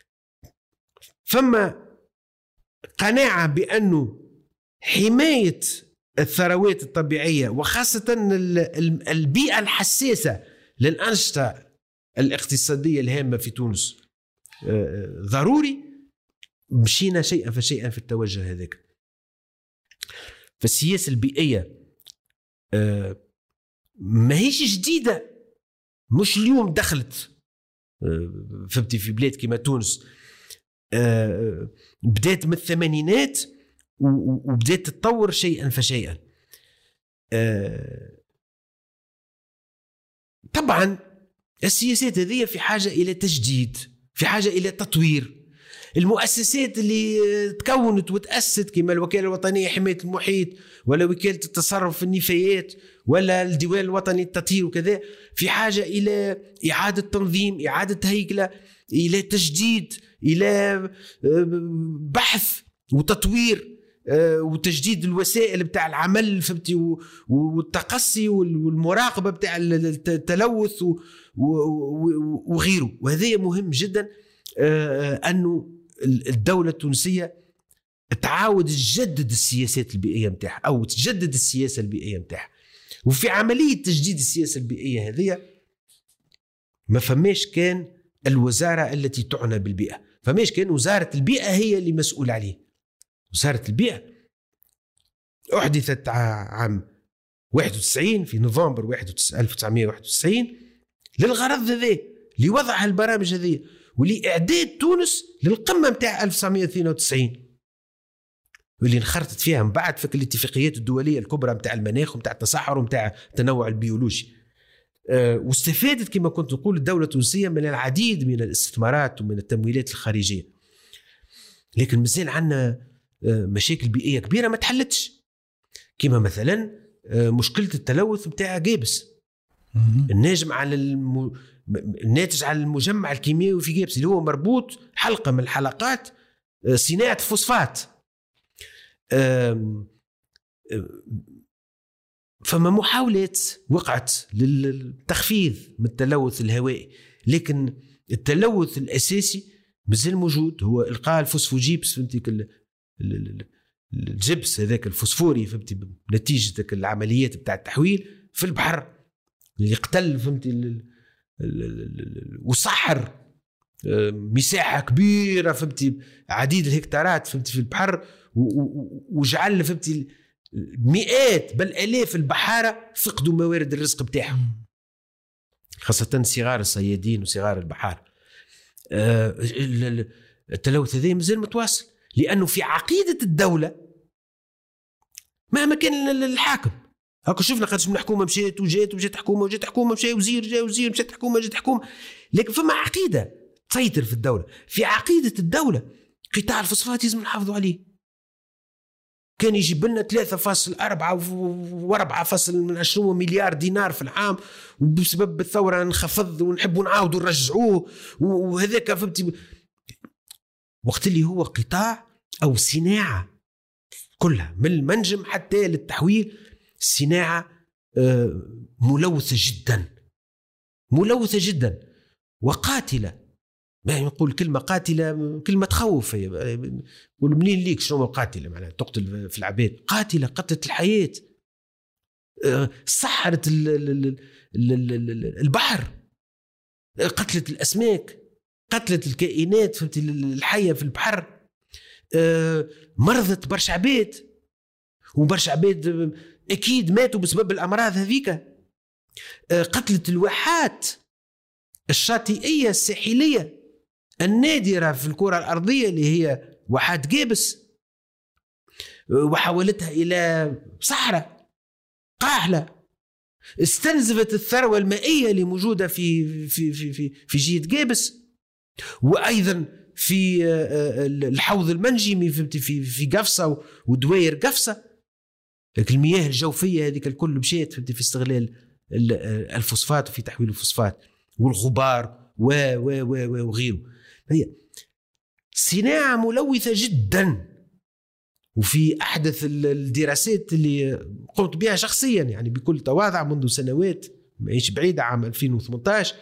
فما قناعه بانه حمايه الثروات الطبيعيه وخاصه البيئه الحساسه للانشطه الاقتصاديه الهامه في تونس ضروري. مشينا شيئا فشيئا في التوجه هذاك. فالسياسه البيئيه ما هيش جديده، مش اليوم دخلت فهمتي في بلاد كما تونس، بدات من الثمانينات وبدات تتطور شيئا فشيئا. طبعا السياسات هذه في حاجه الى تجديد، في حاجه الى تطوير. المؤسسات اللي تكونت وتأسست كما الوكالة الوطنية حماية المحيط ولا وكالة التصرف في النفايات ولا الديوان الوطني للتطهير وكذا، في حاجة إلى إعادة تنظيم، إعادة هيكلة، إلى تجديد، إلى بحث وتطوير وتجديد الوسائل بتاع العمل فهمتي والتقصي والمراقبة بتاع التلوث وغيره. وهذا مهم جدا أنه الدولة التونسية تعاود تجدد السياسات البيئية متاعها أو تجدد السياسة البيئية متاعها. وفي عملية تجديد السياسة البيئية هذه ما فماش كان الوزارة التي تعنى بالبيئة، فماش كان وزارة البيئة هي اللي مسؤول عليه. وزارة البيئة أحدثت عام واحد وتسعين في نوفمبر ألف وتسعمائة وواحد وتسعين للغرض ذا، لوضع البرامج هذه ولإعداد تونس للقمة متاع ألف وتسعمائة واثنين وتسعين واللي انخرطت فيها من بعد فك الاتفاقيات الدولية الكبرى متاع المناخ ومتاع التصحر ومتاع التنوع البيولوجي. أه واستفادت كما كنت نقول الدولة التونسية من العديد من الاستثمارات ومن التمويلات الخارجية، لكن مازال عندنا مشاكل بيئية كبيرة ما تحلتش، كما مثلا مشكلة التلوث متاع جابس الناجم على الم... الناتج على المجمع الكيميائي في جابس اللي هو مربوط حلقة من الحلقات صناعة فوسفات. فما محاولات وقعت للتخفيض من التلوث الهوائي، لكن التلوث الأساسي مازال موجود، هو إلقاء الفوسفوجيبس فهمتي الجبس هذاك الفوسفوري فهمتي نتيجة العمليات بتاع التحويل في البحر اللي يقتل فهمتي وصحر مساحة كبيرة فهمتي عديد الهكتارات فهمتي في البحر، وجعل فهمتي مئات بل آلاف البحارة فقدوا موارد الرزق بتاعهم، خاصة صغار الصيادين وصغار البحار. التلوث هذا مازال متواصل لأنه في عقيدة الدولة مهما كان الحاكم. هاكو شفنا قداش من حكومة مشيت وجات وجات حكومة وجات حكومة مشي وزير جا وزير مشات حكومة جات حكومة، لكن فما عقيدة تسيطر في الدولة. في عقيدة الدولة قطاع الفوسفات لازم نحافظوا عليه. كان يجيب لنا ثلاثة فاصل أربعة وأربعة فاصل من عشرين مليار دينار في العام، وبسبب الثورة نخفض ونحبوا نعاودوا نرجعوه، وهذاك فهمتي وقت اللي هو قطاع أو صناعة كلها من المنجم حتى للتحويل صناعة ملوثة جدا ملوثة جدا وقاتلة. ما يقول كلمة قاتلة كلمة تخوف، يقول منين ليك شنو قاتلة معناها تقتل في العباد، قاتلة قتلت الحياة، سحرت البحر، قتلت الأسماك، قتلت الكائنات فهمتي الحية في البحر، مرضت برشا عباد وبرشا عباد أكيد ماتوا بسبب الأمراض هذيك، قتلت الواحات الشاطئية الساحلية النادرة في الكرة الأرضية اللي هي واحات جابس، وحولتها إلى صحراء قاحلة، استنزفت الثروة المائية اللي موجودة في في في في في جهة جابس، وأيضا في الحوض المنجمي في في في قفصة ودوير قفصة. لكن المياه الجوفية هذيك الكل مشيت في استغلال الفوسفات وفي تحويل الفوسفات والغبار وغيره. هي صناعة ملوثة جدا، وفي أحدث الدراسات اللي قمت بها شخصيا يعني بكل تواضع منذ سنوات ماهيش بعيدة، عام ألفين وثمانية عشر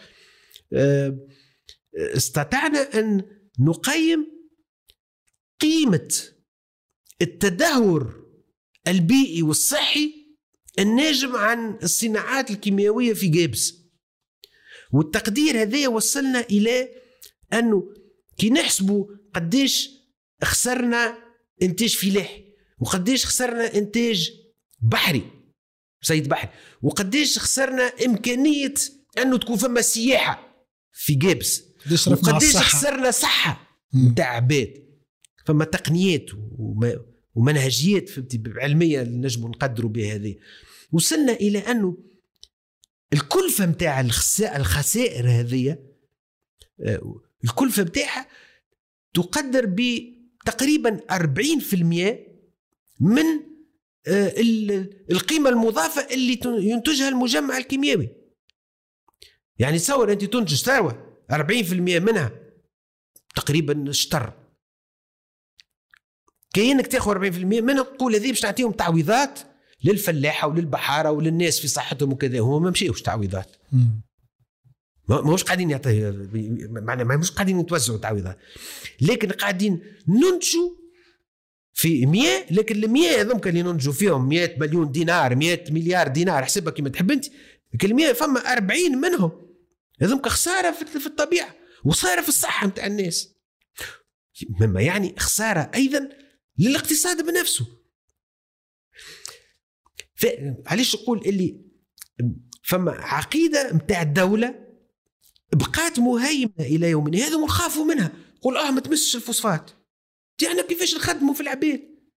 استطعنا أن نقيم قيمة التدهور البيئي والصحي الناجم عن الصناعات الكيميائية في جابس. والتقدير هذا وصلنا إلى أنه كي نحسبوا قديش خسرنا إنتاج فلاحي، وقديش خسرنا إنتاج بحري صيد بحري، وقديش خسرنا إمكانية أنه تكون فما سياحة في جابس، وقديش خسرنا صحة متاع عباد. فما تقنيات ومنهجيات علمية نجم نقدروا بها هذه. وصلنا إلى أنه الكلفة متاع الخسائر هذه، الكلفة متاعها تقدر بتقريبا أربعين بالمئة من القيمة المضافة اللي ينتجها المجمع الكيميائي. يعني تصور أنت تنتج ثروة أربعين بالمئة منها تقريبا شطر، كأنك تاخذ أربعين بالمئة منها تقول هذه باش نعطيهم تعويضات للفلاحة وللبحارة وللناس في صحتهم وكذا. هم ما مشيوش تعويضات، ما مش قاعدين يعطي معنى ما مش قاعدين يتوزعوا تعويضات، لكن قاعدين ننتجوا في مية. لكن المية هذوم اللي ننتجوا فيهم مئة مليون دينار مئة مليار دينار حسبها كما تحب انت، المية فما أربعين منهم هذوم خسارة في الطبيعة وخسارة في الصحة متاع الناس، مما يعني خسارة أيضا للاقتصاد بنفسه. علاش نقول اللي فما عقيدة متاع الدولة بقات مهيمنة إلى يومنا هذا ونخافوا منها. قول آه ما تمسش الفوسفات، يعني كيفاش نخدموا في العباد؟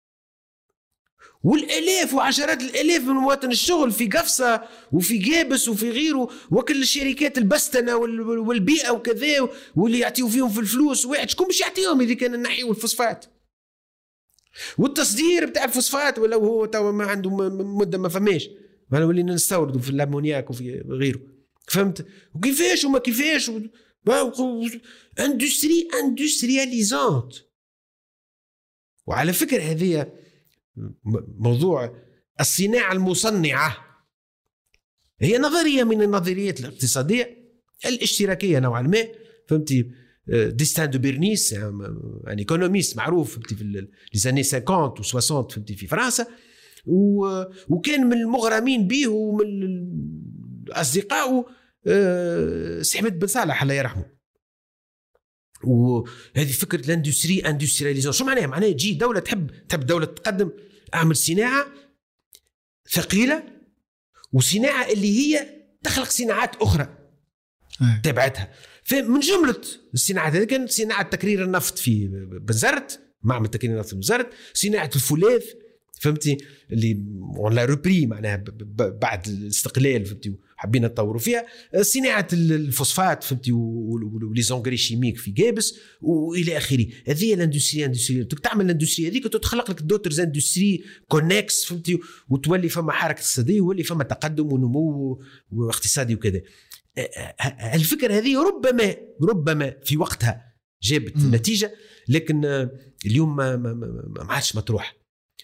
والآلاف وعشرات الآلاف من مواطن الشغل في قفصة وفي جابس وفي غيره، وكل الشركات البستنة والبيئة وكذا واللي يعطيوا فيهم في الفلوس واحد شكون باش يعطيهم إذا كان نحيوا الفوسفات؟ والتصدير بتاع الفوسفات ولو هو تو ما عنده مدة ما فماش، ما ولينا نستوردوا في الأمونياك وفي غيره. فهمت؟ وكيفاش وما كيفاش و... اندستري اندسترياليزانت. وعلى فكرة هذه موضوع الصناعة المصنعة هي نظرية من النظريات الاقتصادية الاشتراكية نوعا ما. فهمتي؟ ديستان دو بيرنيس يعني ايكونوميست معروف فهمتي في لي خمسين و60 فهمتي في فرنسا، وكان من المغرمين به ومن أصدقائه سي أحمد بن صالح الله يرحمه. وهذه فكرة الاندستري اندسترياليزون شو معناها؟ معناها تجي دولة تحب تحب دولة تقدم أعمل صناعة ثقيلة وصناعة اللي هي تخلق صناعات أخرى تبعتها. فمن جملة الصناعات هذه كانت صناعة تكرير النفط في بنزرت، معمل تكرير النفط في بنزرت، صناعة الفولاذ فهمتي اللي ولا روبري معناها بعد الاستقلال فهمتي حابين نطوروا فيها، صناعة الفوسفات فهمتي ولي زونغري شيميك في جابس والى اخره. هذه الاندستري اندستري تعمل الاندستري هذيك تخلق لك دوترز اندستري كونكس فهمتي، وتولي فما حركة اقتصادية وولي فما تقدم ونمو واقتصادي وكذا. الفكرة هذه ربما ربما في وقتها جابت م. نتيجة، لكن اليوم ما ما ما عادش مطروح.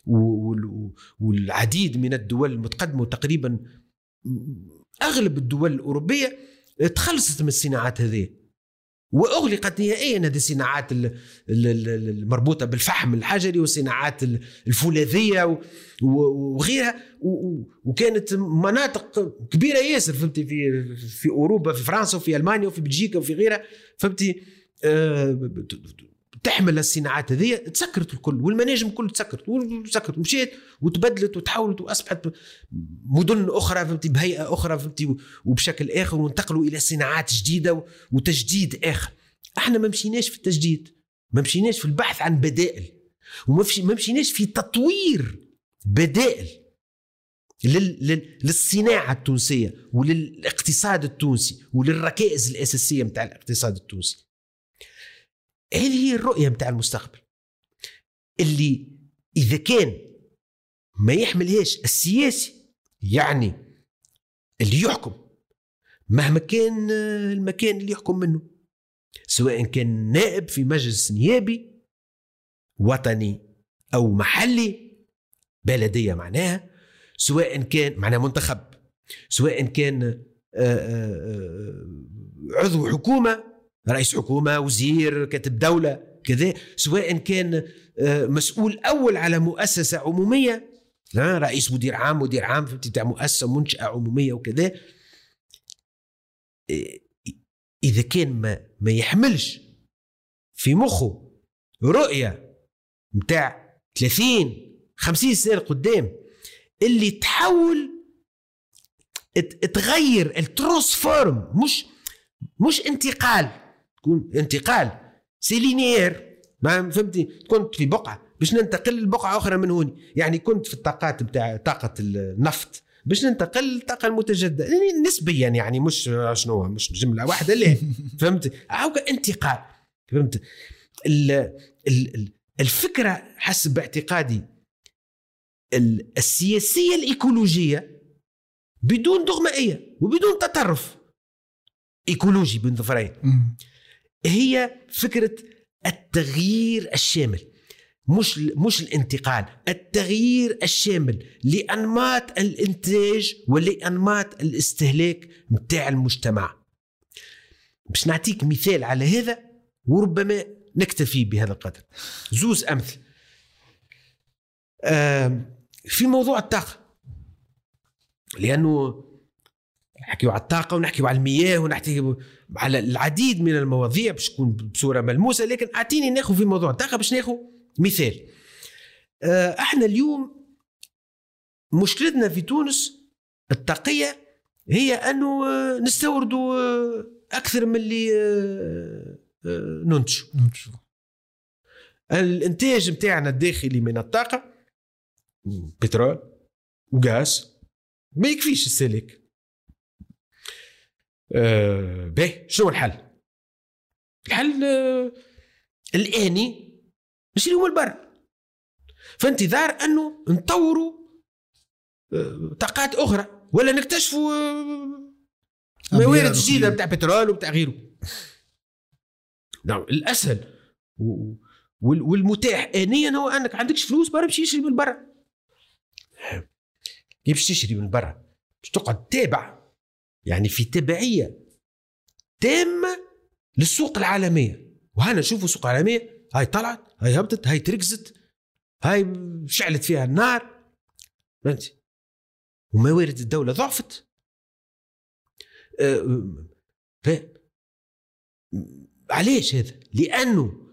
والعديد من الدول المتقدمة وتقريبا أغلب الدول الأوروبية تخلصت من الصناعات هذه وأغلقت نهائيا هذه الصناعات المربوطة بالفحم الحجري والصناعات الفولاذية وغيرها. وكانت مناطق كبيرة ياسر فهمتي في في أوروبا في فرنسا وفي ألمانيا وفي بلجيكا وفي غيرها فهمتي أه تحمل الصناعات هذه تسكرت الكل والمناجم كل تسكرت وتسكرت ومشيت وتبدلت وتحولت وأصبحت مدن أخرى فهمتي بهيئة أخرى فهمتي وبشكل آخر، وانتقلوا إلى صناعات جديدة وتجديد آخر. احنا ما مشيناش في التجديد، ما مشيناش في البحث عن بدائل، وما مشيناش في تطوير بدائل للصناعة التونسية وللاقتصاد التونسي وللركائز الأساسية متاع الاقتصاد التونسي. هذه هي الرؤية متاع المستقبل اللي إذا كان ما يحملهاش السياسي يعني اللي يحكم مهما كان المكان اللي يحكم منه، سواء كان نائب في مجلس نيابي وطني أو محلي بلدية معناها، سواء كان معناها منتخب، سواء كان عضو حكومة، رئيس حكومة، وزير، كاتب دولة كذا، سواء كان مسؤول أول على مؤسسة عمومية، رئيس مدير عام، مدير عام بتاع مؤسسة منشأة عمومية وكذا. إذا كان ما, ما يحملش في مخه رؤية متاع ثلاثين خمسين سنة قدام اللي تحول تغير الترانسفورم، مش مش انتقال، تكون انتقال سيلينير، ما فهمتي؟ كنت في بقعة باش ننتقل لبقعة أخرى من هوني، يعني كنت في الطاقات بتاع طاقة النفط باش ننتقل للطاقة المتجددة نسبيا، يعني مش شنو مش جملة واحدة لا فهمت؟ أو انتقال، فهمت؟ الفكرة حسب اعتقادي السياسية الإيكولوجية بدون دغمائية وبدون تطرف إيكولوجي بين ظفرين هي فكرة التغيير الشامل، مش مش الانتقال، التغيير الشامل لأنماط الإنتاج ولأنماط الاستهلاك متاع المجتمع. باش نعطيك مثال على هذا وربما نكتفي بهذا القدر. زوز أمثل في موضوع الطاقة، لأنه نحكيو على الطاقة ونحكيو على المياه ونحكيو على العديد من المواضيع باش تكون بصورة ملموسة، لكن أعطيني ناخذ في موضوع الطاقة باش ناخذ مثال. احنا اليوم مشكلتنا في تونس الطاقية هي أنه نستوردوا أكثر من اللي ننتج. الانتاج متاعنا الداخلي من الطاقة بترول وغاز ما يكفيش السلك. أه باهي شنو الحل؟ الحل أه الآني نشريو من البر، فانتظار أنه نطوروا أه طاقات أخرى ولا نكتشفوا أه موارد جديدة بتاع بترول وبتاع غيره. نعم الأسهل والمتاح آنيا هو أنك عندكش فلوس برا باش يشري من برا. كيف باش تشري من برا؟ باش تقعد تابع، يعني في تبعية تامة للسوق العالمية. وهنا نشوفوا السوق العالمية هاي طلعت، هاي هبطت، هاي تركزت، هاي شعلت فيها النار، فهمتي؟ وموارد الدولة ضعفت. أه ف... علاش هذا؟ لأنه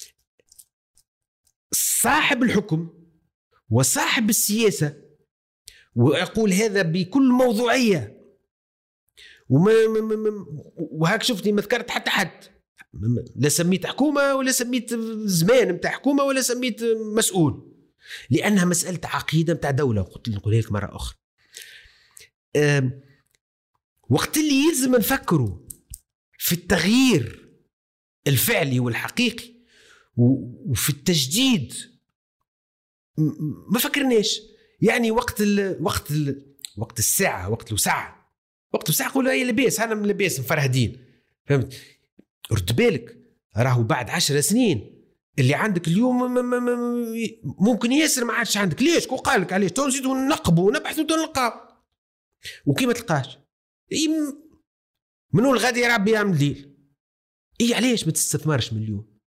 صاحب الحكم وصاحب السياسة، وأقول هذا بكل موضوعية، وما وهاك شفتني ما ذكرت حتى حد، لا سميت حكومة ولا سميت زمان متاع حكومة ولا سميت مسؤول، لأنها مسألة عقيدة متاع دولة. قلت نقولها لك مرة أخرى، وقت اللي يلزم نفكروا في التغيير الفعلي والحقيقي وفي التجديد ما فكرناش. يعني وقت ال وقت ال وقت الساعة، وقت الوسعة، وقت الوسعة قولوا هي لباس، أنا من لباس مفرهدين، فهمت؟ رد بالك راهو بعد عشر سنين اللي عندك اليوم ممكن ياسر ما عادش عندك. ليش؟ كو قالك علاش؟ تو نزيدو نقبوا ونبحثوا ونلقاو، وكي ما تلقاش منو الغد يا ربي يعمل ديل. إيه علاش ما تستثمرش من اليوم؟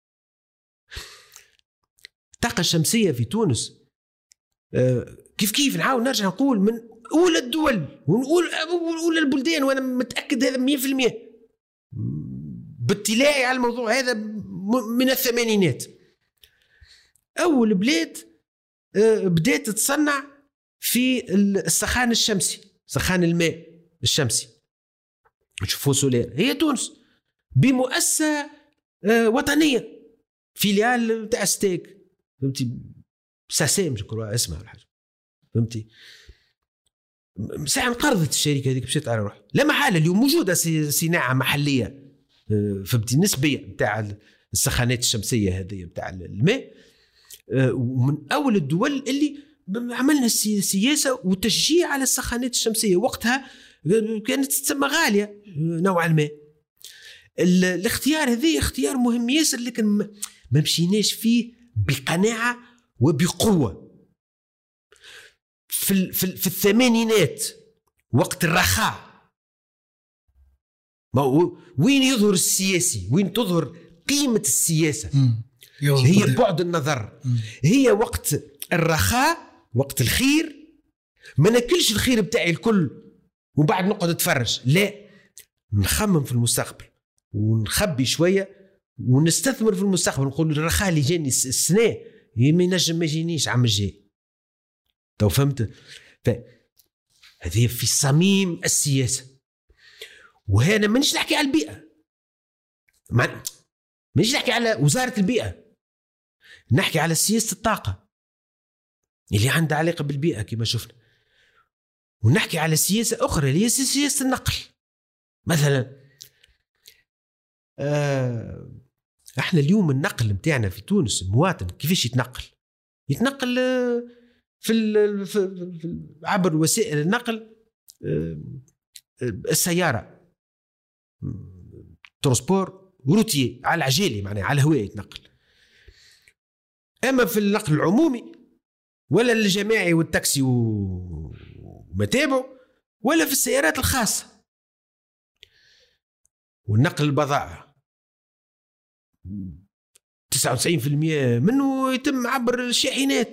الطاقة الشمسية في تونس آه كيف كيف نعاود نرجع نقول من أولى الدول ونقول أولى البلدان، وأنا متأكد هذا مية في المية باطلاعي على الموضوع هذا من الثمانينات. أول بلاد آه بدأت تصنع في السخان الشمسي، سخان الماء الشمسي، نشوفوا سولير، هي تونس بمؤسسة آه وطنية، فيليال تاع ستيك، فهمتي؟ ساسيم شكرا اسمها الحاجة، فهمتي؟ ساعة انقرضت الشركة هذيك مشيت على روح. لا محالة اليوم موجودة صناعة محلية، فهمتي؟ نسبية بتاع السخانات الشمسية هذه بتاع الماء، ومن أول الدول اللي عملنا سياسة وتشجيع على السخانات الشمسية. وقتها كانت تسمى غاليه نوعا ما. الاختيار هذا اختيار مهم ياسر، لكن ما مشيناش فيه بقناعه وبقوه. في في, في الثمانينات وقت الرخاء وين يظهر السياسي، وين تظهر قيمه السياسه، هي بعد النظر. هي وقت الرخاء، وقت الخير، ما ناكلش الخير بتاعي الكل وبعد نقعد نتفرج، لا، نخمم في المستقبل ونخبي شويه ونستثمر في المستقبل. نقول الرخاء اللي جاني السنه ما ينجم ما يجينيش عام الجاي. تو فهمت؟ فهذه في صميم السياسه. وهنا مانيش نحكي على البيئه، مانيش نحكي على وزاره البيئه، نحكي على سياسه الطاقه اللي عندها علاقه بالبيئه كما شفنا، ونحكي على سياسه اخرى اللي هي سياسه النقل. مثلا آه احنا اليوم النقل متاعنا في تونس، المواطن كيفاش يتنقل؟ يتنقل في, في عبر وسائل النقل، السياره، ترونسبور روتي، على العجالي معناها على الهواء يتنقل. اما في النقل العمومي ولا الجماعي والتاكسي ومتابعه، ولا في السيارات الخاصه. والنقل البضائع تسعة وتسعين بالمئة منه يتم عبر الشاحنات.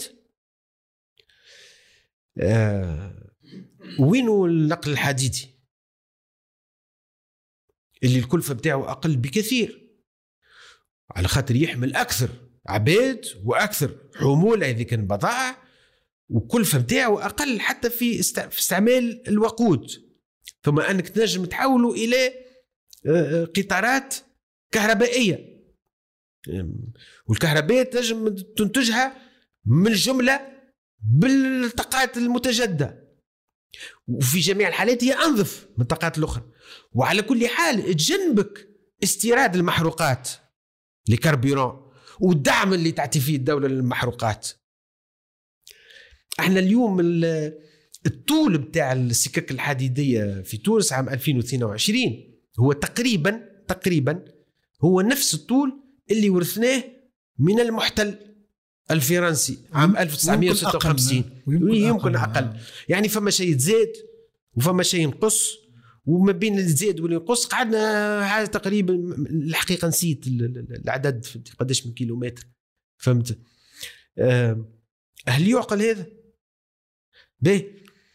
آه وينه النقل الحديدي اللي الكلفة بتاعه أقل بكثير، على خاطر يحمل أكثر عباد وأكثر حمولة إذا كان بضائع، وكلفة بتاعه أقل حتى في استعمال الوقود. ثم أنك تنجم تحوله إلى قطارات كهربائية، والكهرباء تنجم تنتجها من الجملة بالطاقات المتجددة، وفي جميع الحالات هي أنظف من الطاقات الأخرى. وعلى كل حال تجنبك استيراد المحروقات لكربيرون والدعم اللي تعطي فيه الدولة للمحروقات. احنا اليوم الطول بتاع السكك الحديدية في تونس عام ألفين واثنين وعشرين هو تقريبا تقريبا هو نفس الطول اللي ورثناه من المحتل الفرنسي عام ألف وتسعمئة وستة وخمسين. يمكن, يمكن أقل, أقل. يعني فما شيء يتزاد وفما شيء ينقص، وما بين الزيد واللي ينقص قعدنا تقريبا، الحقيقة نسيت العدد قداش من كيلومتر. فهمت؟ هل يعقل هذا؟ باهي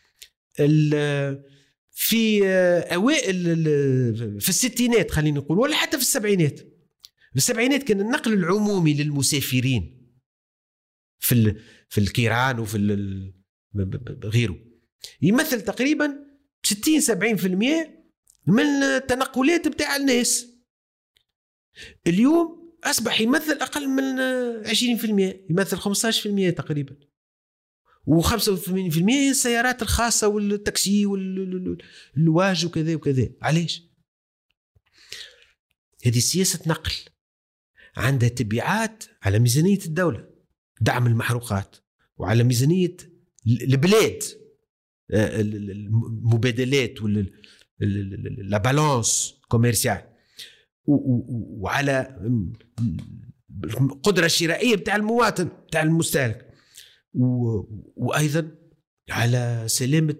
في أوائل في الستينات خلينا نقول، ولا حتى في السبعينات في السبعينات كان النقل العمومي للمسافرين في في الكيران وفي غيره يمثل تقريبا ستين سبعين بالمئة من التنقلات بتاع الناس. اليوم أصبح يمثل أقل من عشرين بالمئة، يمثل خمسة عشر بالمئة تقريبا، وخمسة وثمانين بالمئة السيارات الخاصة والتاكسي واللواج وكذا وكذا. علاش؟ هذه سياسة نقل عندها تبعات على ميزانية الدولة، دعم المحروقات، وعلى ميزانية البلاد، المبادلات ولا بالانس كوميرسيال، وعلى القدرة الشرائية بتاع المواطن بتاع المستهلك، وأيضا على سلامة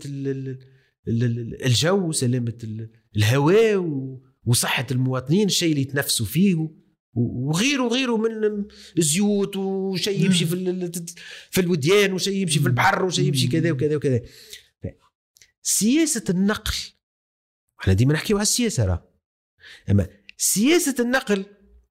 الجو وسلامة الهواء وصحة المواطنين، الشيء اللي يتنفسوا فيه، وغيره وغيره من الزيوت، وشيء يمشي في في الوديان، وشيء يمشي في البحر، وشيء يمشي كذا وكذا وكذا. سياسة النقل، احنا ديما نحكيو على السياسة راه، اما سياسة النقل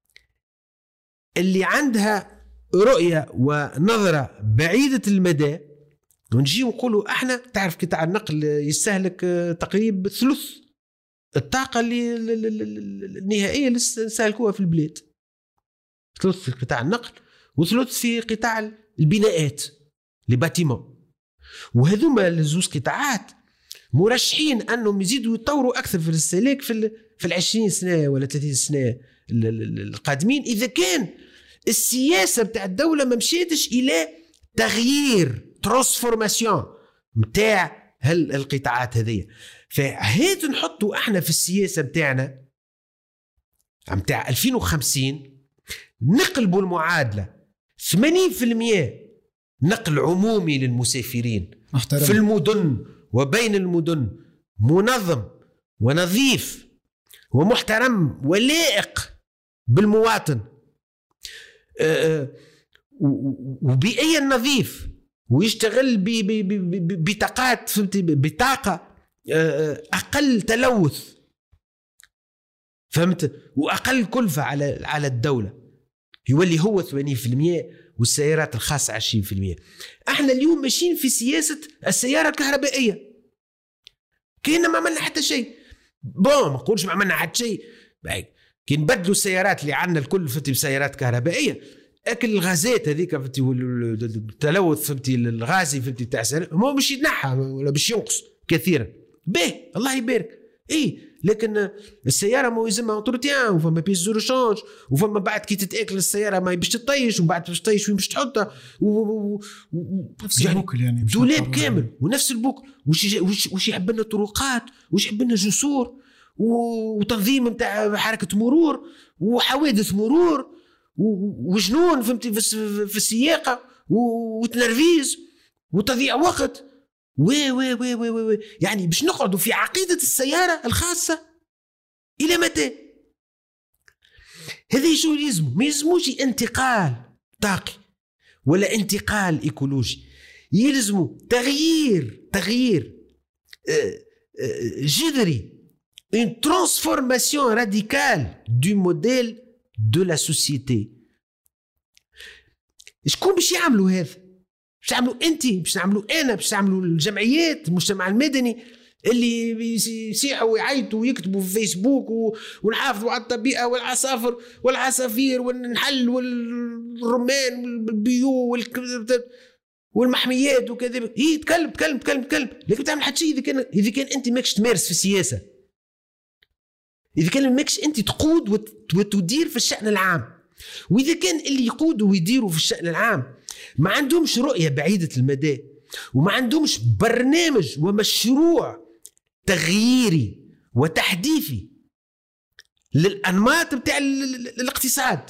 اللي عندها رؤية ونظرة بعيدة المدى، ونجي ونقولوا احنا تعرف قطاع النقل يستهلك تقريبا ثلث الطاقة اللي النهائية اللي نستهلكوها في البلاد، ثلث في قطاع النقل وثلث في قطاع البناءات لباتيمون. وهذوما الزوز قطاعات مرشحين أنهم يزيدوا يتطوروا أكثر في الاستهلاك في في العشرين سنة ولا ثلاثين سنة القادمين، إذا كان السياسة بتاع الدولة ما مشيتش إلى تغيير ترانسفورماسيون متاع هالقطاعات هذه. فهيت نحطوا احنا في السياسة متاعنا متاع ألفين وخمسين نقلبوا المعادلة ثمانين بالمئة نقل عمومي للمسافرين محترم. في المدن وبين المدن منظم ونظيف ومحترم ولائق بالمواطن وبيئيا نظيف ويشتغل بطاقات بطاقة أقل تلوث فهمت وأقل كلفة على على الدولة يولي هو ثمانين بالمئة والسيارات الخاصة عشرين بالمئة. احنا اليوم ماشيين في سياسة السيارة الكهربائية كينا ما عملنا حتى شيء. بون ما نقولش ما عملنا حتى شيء كي نبدلوا السيارات اللي عندنا الكل فتي بسيارات كهربائية اكل الغازات هذيك فتي والتلوث فتي الغازي فتي بتاع السيارات هو مش يتنحى ولا باش ينقص كثيرا به الله يبارك ايه. لكن السياره مو يلزمها اوتوريتيان وفما بيس دو ريشانج وفما بعد كي تتاكل السياره ما باش تطيش وبعد باش تطيش وين باش تحطها نفس يعني البوكل يعني دولاب كامل ونفس البوكل وش وش يحب لنا طرقات وش يحب لنا جسور وتنظيم نتاع حركه مرور وحوادث مرور وجنون فهمتي في السياقه وتنرفيز وتضييع وقت وي وي وي وي وي يعني باش نقعدوا في عقيدة السيارة الخاصة إلى متى؟ هذا شو يلزمه؟ ما يلزموش انتقال طاقي ولا انتقال إيكولوجي، يلزمه تغيير تغيير جذري une transformation radicale du modèle de la société. شكون باش يعملوا هذا؟ باش نعملوا انت باش نعملوا انا باش نعملوا الجمعيات المجتمع المدني اللي يسيحوا ويعيطوا ويكتبوا في فيسبوك ونحافظوا على الطبيعه والعصافر والعصافير والنحل والرمان والبيو والمحميات وكذا. هي تكلم تكلم تكلم تكلم لكن تعمل حتى شيء اذا كان اذا كان انت ماكش تمارس في السياسه، اذا كان ماكش انت تقود وتدير في الشأن العام. واذا كان اللي يقودوا ويديروا في الشأن العام ما عندهمش رؤية بعيدة المدى وما عندهمش برنامج ومشروع تغييري وتحديثي للأنماط بتاع الاقتصاد،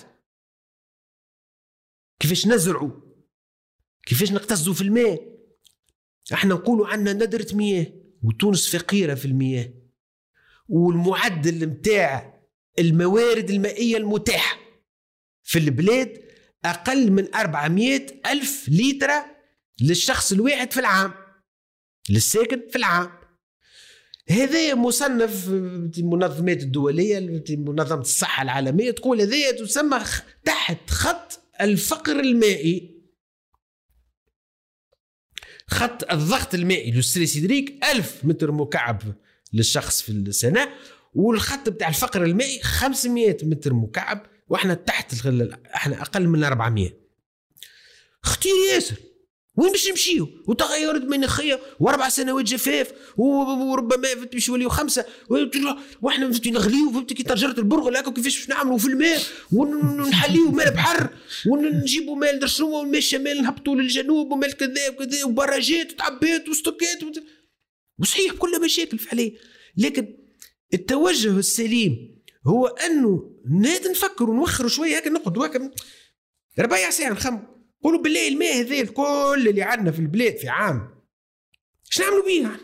كيفاش نزرعوا كيفاش نقتصدوا في الماء. احنا نقولوا عنا ندرة مياه وتونس فقيرة في المياه والمعدل متاع الموارد المائية المتاحة في البلاد أقل من أربعمائة ألف لتر للشخص الواحد في العام للساكن في العام. هذا مصنف المنظمات الدولية منظمة الصحة العالمية تقول هذا تسمى تحت خط الفقر المائي، خط الضغط المائي للستريس هيدريك ألف متر مكعب للشخص في السنة، والخط بتاع الفقر المائي خمسمائة متر مكعب واحنا تحت احنا اقل من أربعمائة. خطير ياسر. وين باش نمشيو؟ وتغيرات مناخيه واربع سنوات جفاف وربما باش يوليو خمسه واحنا نغليو فهمتي كي طرجره البرغل هكا كيفاش باش نعملوا في الماء ونحليو ماء بحر ونجيبوا ماء درشنو والماء الشمال نهبطوا للجنوب وماء كذا وكذا وبراجات وتعبيات وستوكات وصحيح كلها مشاكل فعليه. لكن التوجه السليم هو انه ناد نفكر ونوخر شويه هكا نقعدوا هكا ربع ساعه نخمم قولوا بالله الماء هذا الكل اللي عندنا في البلاد في عام ايش نعملوا بيه يعني؟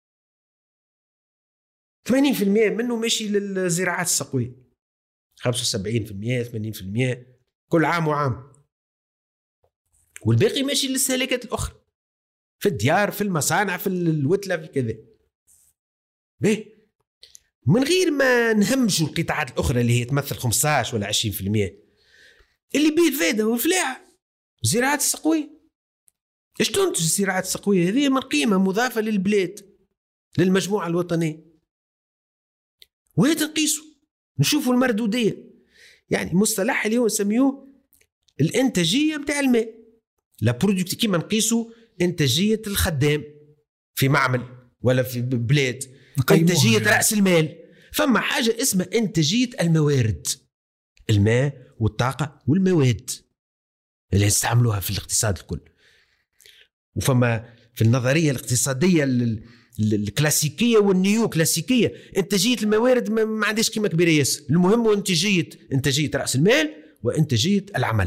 ثمانين بالمئة منه ماشي للزراعات السقويه، خمسة وسبعين بالمئة ثمانين بالمئة كل عام وعام، والباقي ماشي للسلكات الاخرى في الديار في المصانع في الوتله في كذا. باهي من غير ما نهمشوا القطاعات الاخرى اللي هي تمثل خمسة عشر ولا عشرين بالمئة اللي بيه الفائده والفلاحه. الزراعات السقويه ايش تنتج الزراعات السقويه هذه من قيمه مضافه للبلاد للمجموعه الوطنيه، وهذا نقيسه نشوفوا المردوديه. يعني مصطلح اليوم نسميوه الانتاجيه نتاع الماء، لا برودكت كيما نقيسوا انتاجيه الخدام في معمل ولا في بلاد، انتاجيه يعني. راس المال. فما حاجه اسمها انتاجيه الموارد، الماء والطاقه والمواد اللي نستعملوها في الاقتصاد الكل. وفما في النظريه الاقتصاديه الكلاسيكيه والنيو كلاسيكيه، انتاجيه الموارد ما عندهاش قيمه كبيره ياسر، المهم هو انتاجيه انتاجيه راس المال وانتاجيه العمل.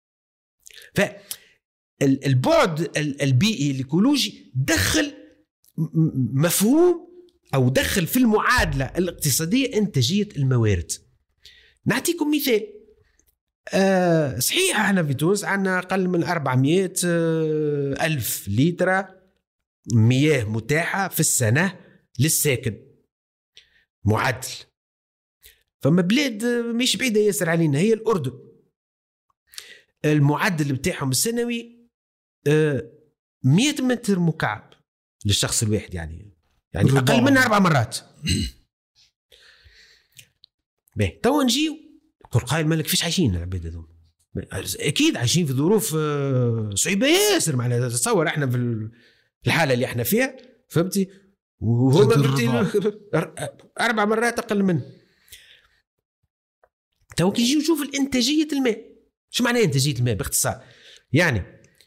فالبعد البيئي الايكولوجي دخل مفهوم او دخل في المعادله الاقتصاديه انتاجيه الموارد. نعطيكم مثال. أه صحيح احنا في تونس عندنا اقل من أربعمائة ألف لتر مياه متاحه في السنه للساكن معدل. فما بلاد مش بعيده ياسر علينا هي الاردن، المعدل بتاعهم السنوي أه مئة متر مكعب للشخص الواحد، يعني يعني اقل من اربع مرات. باهي تو نجيو كل قائل مالك فيش عايشين العباد هذوما؟ اكيد عايشين في ظروف صعيبه ياسر، معناها تصور احنا في الحاله اللي احنا فيها، فهمتي؟ وهم اربع مرات اقل منه. تو كي نجيو نشوف الانتاجيه الماء، شو معناه انتاجيه الماء باختصار؟ يعني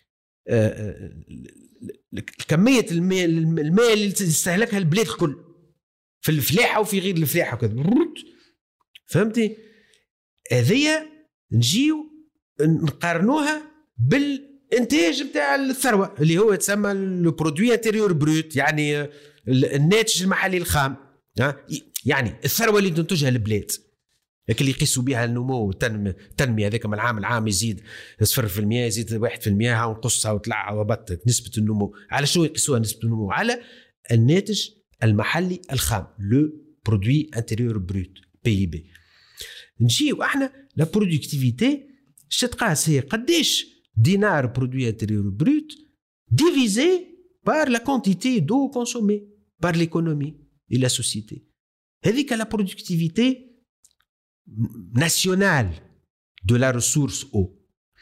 كميه الماء الماء اللي تستهلكها البلاد الكل في الفلاحه وفي غير الفلاحه وكذا، فهمتي؟ هذيا نجيو نقارنوها بالانتاج بتاع الثروه اللي هو يتسمى البرودوي انتيريور بروت، يعني الناتج المحلي الخام. يعني الثروه اللي تنتجها البلاد، لكن اللي يقيسوا بها النمو والتنميه، هذاك من العام العام يزيد صفر في المية، يزيد واحد في المية، هاو نقصها وطلع وبطت نسبه النمو. على شو يقيسوها نسبه النمو؟ على الناتج المحلي الخام، لو برودوي انتيريور بروت بي بي. نجيو احنا لا برودكتيفيتي شتقاس هي قديش دينار برودوي انتيريور بروت ديفيزي بار لا كونتيتي دو كونسومي بار ليكونومي اي لا سوسيتي. هذيك لا برودكتيفيتي ناسيونال دو لا ريسورس او.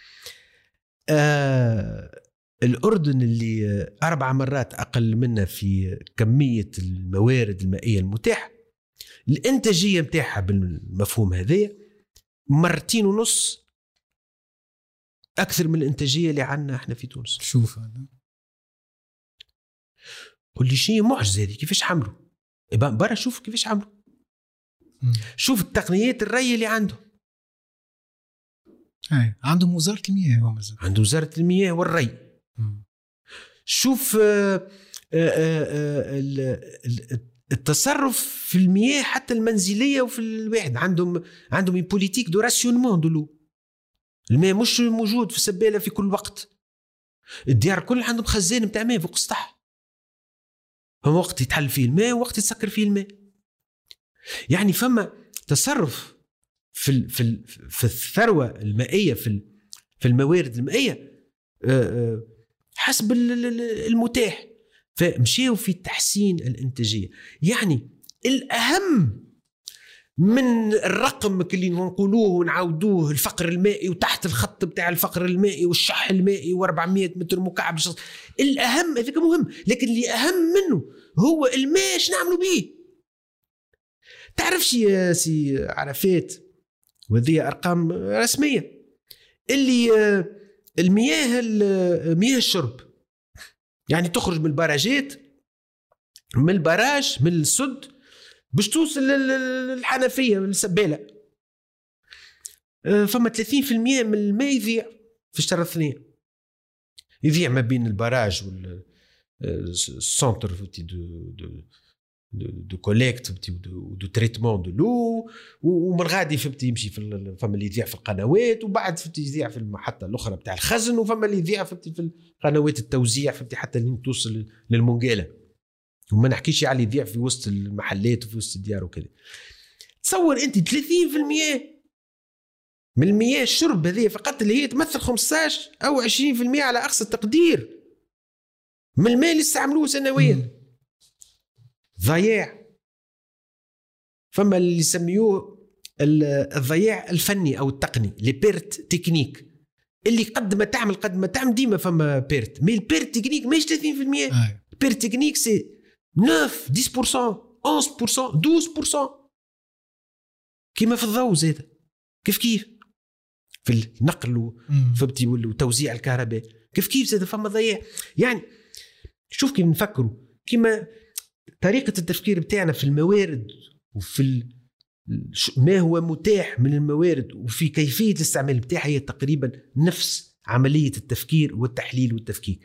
آه الأردن اللي أربع مرات أقل منا في كمية الموارد المائية المتاحة، الانتاجيه متاعها بالمفهوم هذا مرتين ونص اكثر من الانتاجيه اللي عندنا احنا في تونس. شوف هذا كل شيء معجزه هذه، كيفاش عملوا؟ برا شوف كيفاش عملوا. شوف التقنيات الري اللي عندهم. اي عندهم وزاره المياه، هم عندهم وزاره المياه والري. مم. شوف آآ آآ آآ التصرف في المياه حتى المنزليه وفي الواحد، عندهم عندهم بوليتيك دو راسيونمون دو لو. الماء مش موجود في السباله في كل وقت. الديار كل عندهم خزان نتاع ماء فوق السطح، فما وقت يتحل فيه الماء ووقت يتسكر فيه الماء. يعني فما تصرف في في في الثروه المائيه، في في الموارد المائيه حسب المتاح. فمشيوا في تحسين الانتاجيه. يعني الاهم من الرقم اللي نقولوه ونعودوه الفقر المائي وتحت الخط بتاع الفقر المائي والشح المائي وأربعمائة متر مكعب للشخص، الاهم هذاك مهم، لكن اللي اهم منه هو الماء اش نعملوا به. تعرفش يا سي عرفات، وهذه ارقام رسميه، اللي المياه مياه الشرب يعني تخرج من البراجات، من البراج، من السد باش توصل للحنفيه من السباله، فما ثلاثين بالمئة من الماء يضيع في الشهر الاثنين، يضيع ما بين البراج والسنتر دو دو دو كوليكت ودو تريتمون دو لو، ومن غادي فهمتي يمشي في فما اللي يضيع في القنوات، وبعد فهمتي يضيع في المحطه الاخرى بتاع الخزن، وفما اللي يضيع فهمتي في قنوات التوزيع فهمتي حتى اللي توصل للمنقاله، وما نحكيش على يضيع في وسط المحلات وفي وسط الديار وكذا. تصور انت ثلاثين بالمئة من المياه الشرب هذه فقط اللي هي تمثل خمسة عشر او عشرين بالمئة على اقصى التقدير من الماء اللي استعملوه سنويا ضياع. فما اللي يسميوه الضياع الفني او التقني، لي بيرت تكنيك، اللي قد ما تعمل قد ما تعمل ديما فما بيرت، مي البيرت تكنيك ماهيش ثلاثين بالمئة. بيرت تكنيك سي تسعة عشرة بالمئة احد بالمئة اثناشر بالمئة، كيما في الضوء زيادة كيف كيف في النقل وفهمتي والتوزيع الكهرباء كيف كيف زاد فما ضياع. يعني شوف كيف نفكروا، كيما طريقة التفكير بتاعنا في الموارد وفي ما هو متاح من الموارد وفي كيفية الاستعمال بتاعها هي تقريبا نفس عملية التفكير والتحليل والتفكيك.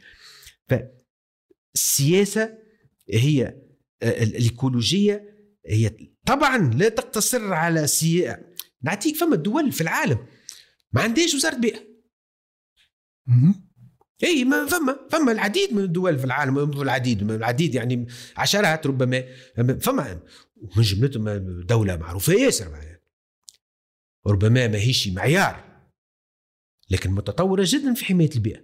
فالسياسة هي الإيكولوجية هي طبعا لا تقتصر على سياسة. نعطيك فما الدول في العالم ما عندهاش وزارة بيئة. اي ما فما فما العديد من الدول في العالم، العديد من العديد يعني عشرات ربما، فما من جملتهم دولة معروفة ياسر يعني. ربما ما هيش معيار لكن متطورة جدا في حماية البيئة،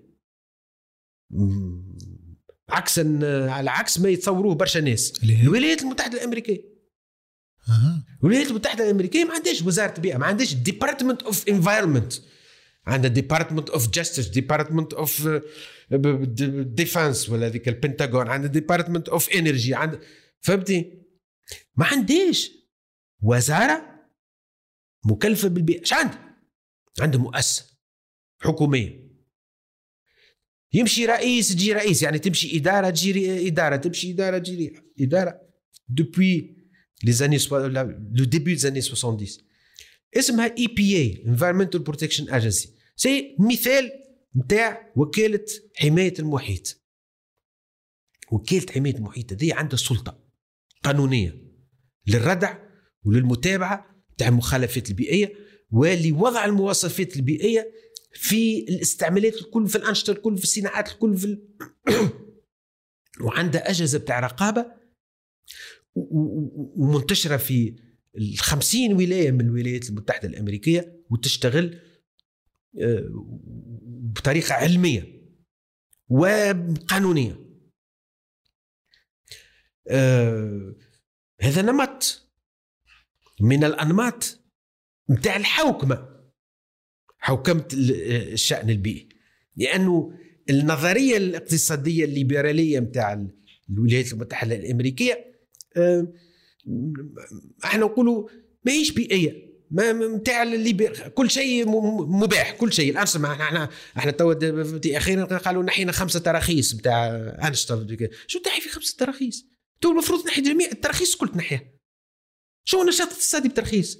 عكسا على عكس ما يتصوروه برشا ناس. الولايات المتحدة الأمريكية أه. الولايات المتحدة الأمريكية ما عندهاش وزارة بيئة، ما عندهاش Department of Environment، عندها Department of Justice، Department of Defense ولا ذيك البنتاغون، عندها Department of Energy، عند فهمتي ما عندهاش وزارة مكلفة بالبيئة. ايش عنده؟ عنده مؤسسة حكومية، يمشي رئيس تجي رئيس، يعني تمشي إدارة تجي إدارة، تمشي إدارة تجي إدارة. depuis les années le début des années soixante-dix اسمها إي بي إيه Environmental Protection Agency. سي مثال متاع وكالة حماية المحيط. وكالة حماية المحيط هذه عندها سلطة قانونية للردع وللمتابعة تاع المخالفات البيئية ولوضع المواصفات البيئية في الاستعمالات الكل، في الأنشطة الكل، في الصناعات الكل، في ال... وعندها أجهزة بتاع رقابة ومنتشرة في الخمسين ولاية من الولايات المتحدة الأمريكية، وتشتغل بطريقة علمية وقانونية. هذا نمط من الأنماط متاع الحوكمة، حوكمة الشأن البيئي، لأنه النظرية الاقتصادية الليبرالية متاع الولايات المتحدة الأمريكية احنا نقولوا ما هيش بيئية، ما متاع الليبر كل شيء مباح، كل شيء. الأنشطة احنا احنا تو أخيرا قالوا نحينا خمسة تراخيص متاع أنشطة. شو تحي في خمسة تراخيص؟ تو المفروض نحي جميع التراخيص كل تنحيها. شو نشاط اقتصادي بترخيص؟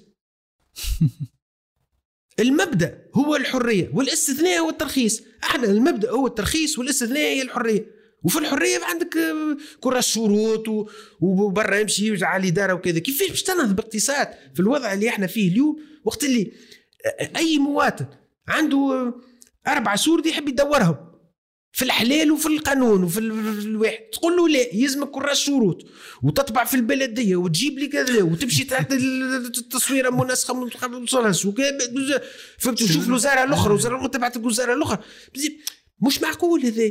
المبدأ هو الحرية والاستثناء هو الترخيص. احنا المبدأ هو الترخيص والاستثناء هي الحرية. وفي الحرية عندك كرة شروط وبرا يمشي يرجع على الإدارة وكذا. كيفاش باش تنهض باقتصاد في الوضع اللي احنا فيه اليوم، وقت اللي أي مواطن عنده أربع سور دي يحب يدورهم في الحلال وفي القانون وفي الواحد، تقول له لا يلزمك كرة شروط وتطبع في البلدية وتجيب لي كذا وتمشي تحت التصويرة منسخة من الصلص وكذا، فبتشوف الوزارة الأخرى وزارة تبعت الوزارة الأخرى. مش معقول هذا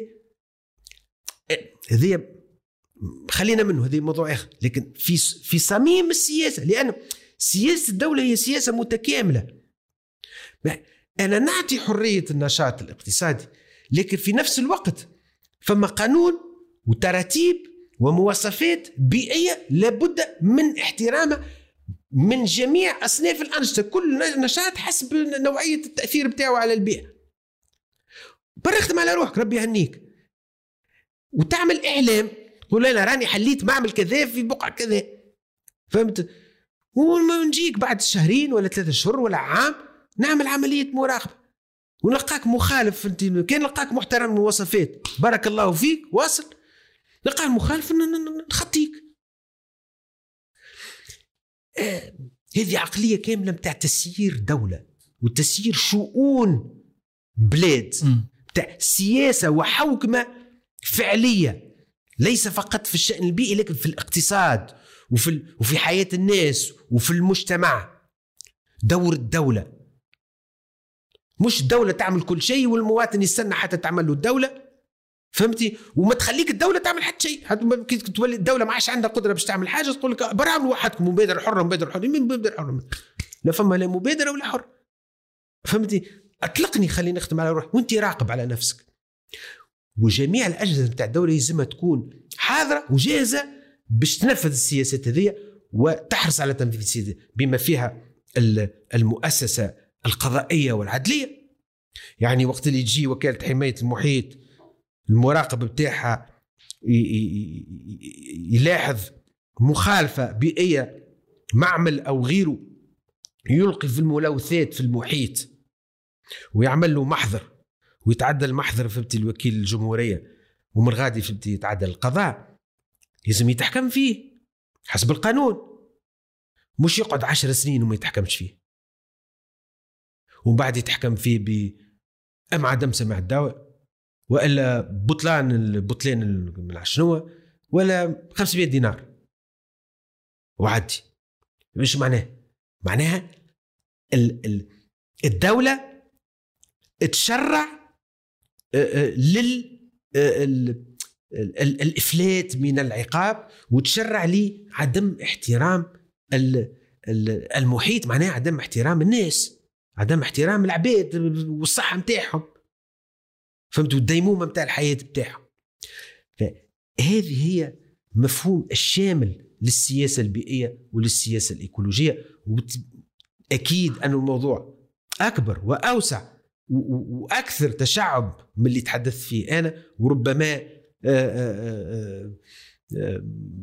هذا خلينا منه، هذا موضوع آخر. لكن في في صميم السياسة، لأن سياسة الدولة هي سياسة متكاملة. أنا نعطي حرية النشاط الاقتصادي، لكن في نفس الوقت فما قانون وتراتيب ومواصفات بيئية لابد من احترامها من جميع أصناف الأنشطة. كل نشاط حسب نوعية التأثير بتاعه على البيئة. برختم على روحك ربي يهنيك وتعمل إعلام تقول أنا راني حليت معمل كذا في بقعة كذا، فهمت؟ وما نجيك بعد شهرين ولا ثلاثة شهور ولا عام نعمل عملية مراقبة ونلقاك مخالف. انت كان لقاك محترم المواصفات بارك الله فيك واصل، لقاك مخالف نخطيك. آه هذه عقلية كاملة متاع تسيير دولة وتسيير شؤون بلاد، متاع سياسة وحوكمة فعلية، ليس فقط في الشأن البيئي لكن في الاقتصاد وفي وفي حياة الناس وفي المجتمع. دور الدولة مش الدولة تعمل كل شيء والمواطن يستنى حتى تعمل له الدولة، فهمتي؟ وما تخليك الدولة تعمل حتى شيء. حتى تولي الدولة ما عادش عندها قدرة باش تعمل حاجة، تقول لك برعوا وحدكم مبادرة حرة مبادرة حرة. مين مبادرة حرة؟ لا فما لا مبادرة ولا حر، فهمتي؟ أطلقني خليني نختم على روحي وانت راقب على نفسك. وجميع الأجهزة بتاع الدولة يلزمها تكون حاضرة وجاهزة باش تنفذ السياسات هذه وتحرص على تنفيذ السياسات، بما فيها المؤسسة القضائية والعدلية. يعني وقت اللي تجي وكالة حماية المحيط المراقبة بتاعها يلاحظ مخالفة بيئية، معمل أو غيره يلقي في الملوثات في المحيط ويعمل له محضر ويتعدى المحضر فهمتي الوكيل الجمهورية ومن غادي فهمتي يتعدى القضاء، لازم يتحكم فيه حسب القانون، مش يقعد عشر سنين وما يتحكمش فيه ومن بعد يتحكم فيه ب أم عدم سماع الدواء وإلا بطلان البطلين من شنو ولا خمسمائة دينار وعدي. مش معناه معناها الدولة تشرع لل الإفلات من العقاب وتشرع لي عدم احترام المحيط، معناها عدم احترام الناس، عدم احترام العباد والصحة متاعهم فهمتوا الديمومة متاع الحياة متاعهم. فهذه هي مفهوم الشامل للسياسة البيئية وللسياسة الإيكولوجية. وأكيد أن الموضوع أكبر وأوسع وأكثر تشعب من اللي تحدثت فيه أنا، وربما آآ آآ آآ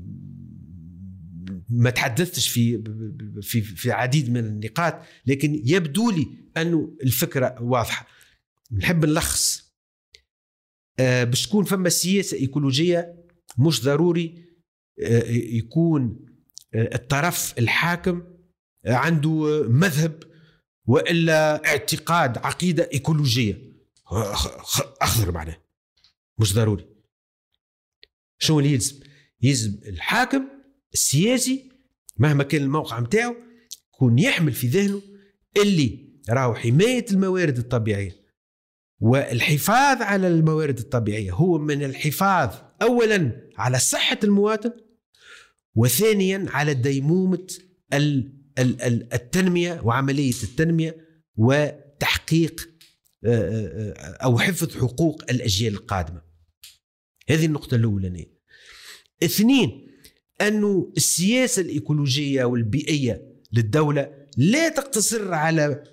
ما تحدثتش في في في عديد من النقاط، لكن يبدو لي أنه الفكرة واضحة. نحب نلخص باش تكون فما سياسة إيكولوجية مش ضروري يكون الطرف الحاكم عنده مذهب وإلا اعتقاد عقيدة إيكولوجية أخضر، معناه مش ضروري. شو اللي يلزم؟ يلزم الحاكم السياسي مهما كان الموقع متاعه يكون يحمل في ذهنه اللي راهو حماية الموارد الطبيعية والحفاظ على الموارد الطبيعية هو من الحفاظ أولا على صحة المواطن، وثانيا على ديمومة التنمية وعملية التنمية وتحقيق أو حفظ حقوق الأجيال القادمة. هذه النقطة الأولى. اثنين، أنه السياسة الإيكولوجية والبيئية للدولة لا تقتصر على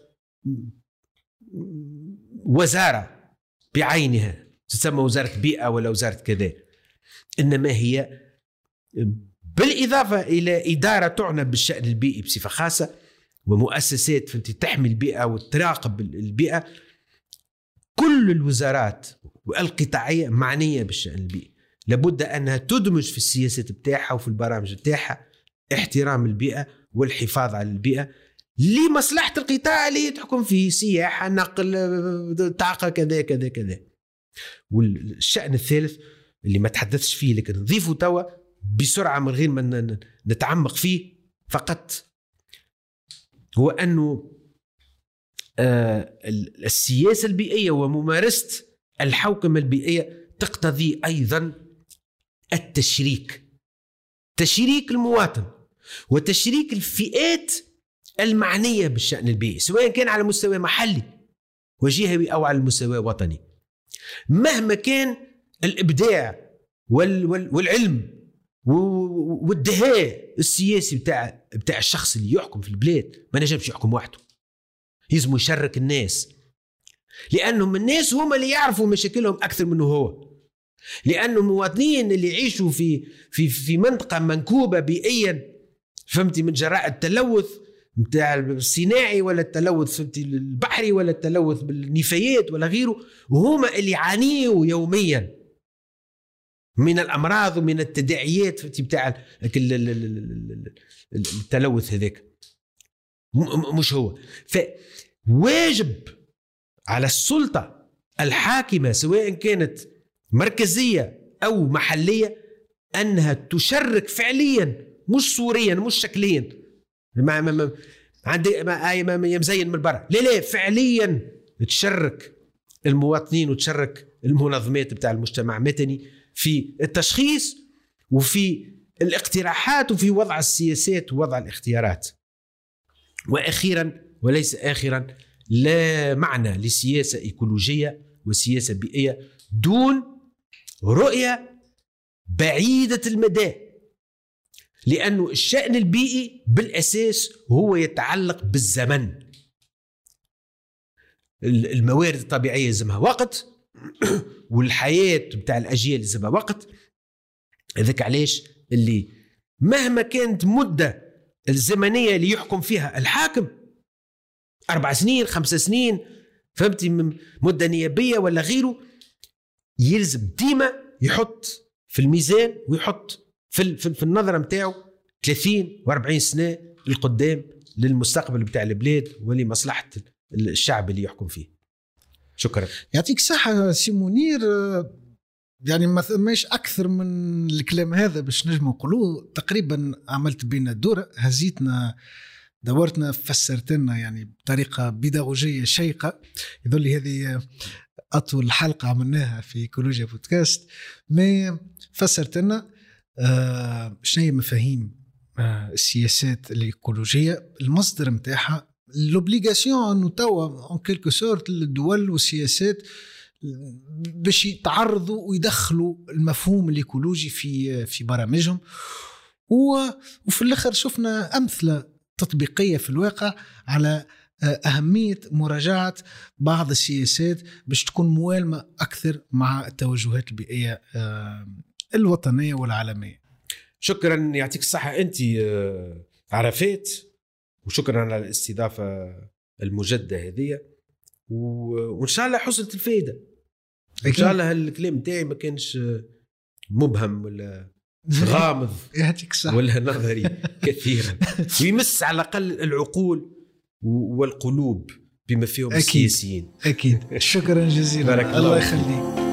وزارة بعينها تسمى وزارة بيئة ولا وزارة كذا، إنما هي بالإضافة إلى إدارة تعنى بالشأن البيئي بصفة خاصة ومؤسسات فهمتي تحمي البيئة وتراقب البيئة. كل الوزارات والقطاعية معنية بالشأن البيئي لابد أنها تدمج في السياسات بتاعها وفي البرامج بتاعها احترام البيئة والحفاظ على البيئة لمصلحة القطاع اللي تحكم فيه، سياحة، نقل، طاقة، كذا كذا كذا. والشأن الثالث اللي ما تحدثش فيه لكن نضيفه توا بسرعة من غير ما نتعمق فيه فقط، هو أنه آه السياسة البيئية وممارسة الحوكمة البيئية تقتضي أيضا التشريك، تشريك المواطن وتشريك الفئات المعنية بالشأن البيئي سواء كان على مستوى محلي وجهوي أو على المستوى وطني. مهما كان الإبداع والعلم والدهاء السياسي بتاع بتاع الشخص اللي يحكم في البلاد، ما نجمش يحكم وحده، يلزم يشرك الناس، لأنهم الناس هم اللي يعرفوا مشاكلهم أكثر منه هو، لأنه المواطنين اللي يعيشوا في في في منطقة منكوبة بيئيا فهمتي من جراء التلوث بتاع الصناعي ولا التلوث فهمتي البحري ولا التلوث بالنفايات ولا غيره، وهما اللي يعانيوا يوميا من الأمراض ومن التداعيات فهمتي بتاع التلوث هذاك، مش هو. فواجب على السلطة الحاكمة سواء كانت مركزية أو محلية أنها تشرك فعليا مش صوريا مش شكليا ما ما ما عندي ما ما يمزين من برا، لا لا فعليا تشرك المواطنين وتشرك المنظمات بتاع المجتمع المدني في التشخيص وفي الاقتراحات وفي وضع السياسات ووضع الاختيارات. وأخيرا وليس آخرا، لا معنى لسياسة إيكولوجية وسياسة بيئية دون رؤية بعيدة المدى، لأنه الشأن البيئي بالأساس هو يتعلق بالزمن. الموارد الطبيعية لازمها وقت والحياة بتاع الأجيال لازمها وقت، هذاك علاش اللي مهما كانت مدة الزمنية اللي يحكم فيها الحاكم أربع سنين خمسة سنين فهمتي مدة نيابية ولا غيره يلزم ديما يحط في الميزان ويحط في, في, في النظرة متاعه ثلاثين وأربعين سنة القدام للمستقبل بتاع البلاد ولمصلحة الشعب اللي يحكم فيه. شكرا. يعطيك الصحة سي منير. يعني ما ثماش أكثر من الكلام هذا باش نجم نقولوه. تقريبا عملت بينا الدورة هزيتنا دورتنا فسرتنا يعني بطريقة بيداغوجية شيقة. يظل هذه أطول حلقة عملناها في إيكولوجيا بودكاست. ما فسرتنا آه شنو هي مفاهيم آه السياسات الإيكولوجية المصدر متاعها لوبليغاسيون انه توا ان كيلكو سورت الدول والسياسات باش يتعرضوا ويدخلوا المفهوم الايكولوجي في في برامجهم. وفي الاخر شفنا امثله تطبيقيه في الواقع على اهميه مراجعه بعض السياسات باش تكون موالمه اكثر مع التوجهات البيئيه الوطنيه والعالميه. شكرا يعطيك الصحه انت عرفات، وشكرا على الاستضافة المجددة هذه، وإن شاء الله حصلت الفائدة. إن شاء الله هالكلام تاعي ما كانش مبهم ولا غامض ولا نظري كثيرا، ويمس على الأقل العقول والقلوب بما فيهم السياسيين. أكيد. شكرا جزيلا. الله يخليك.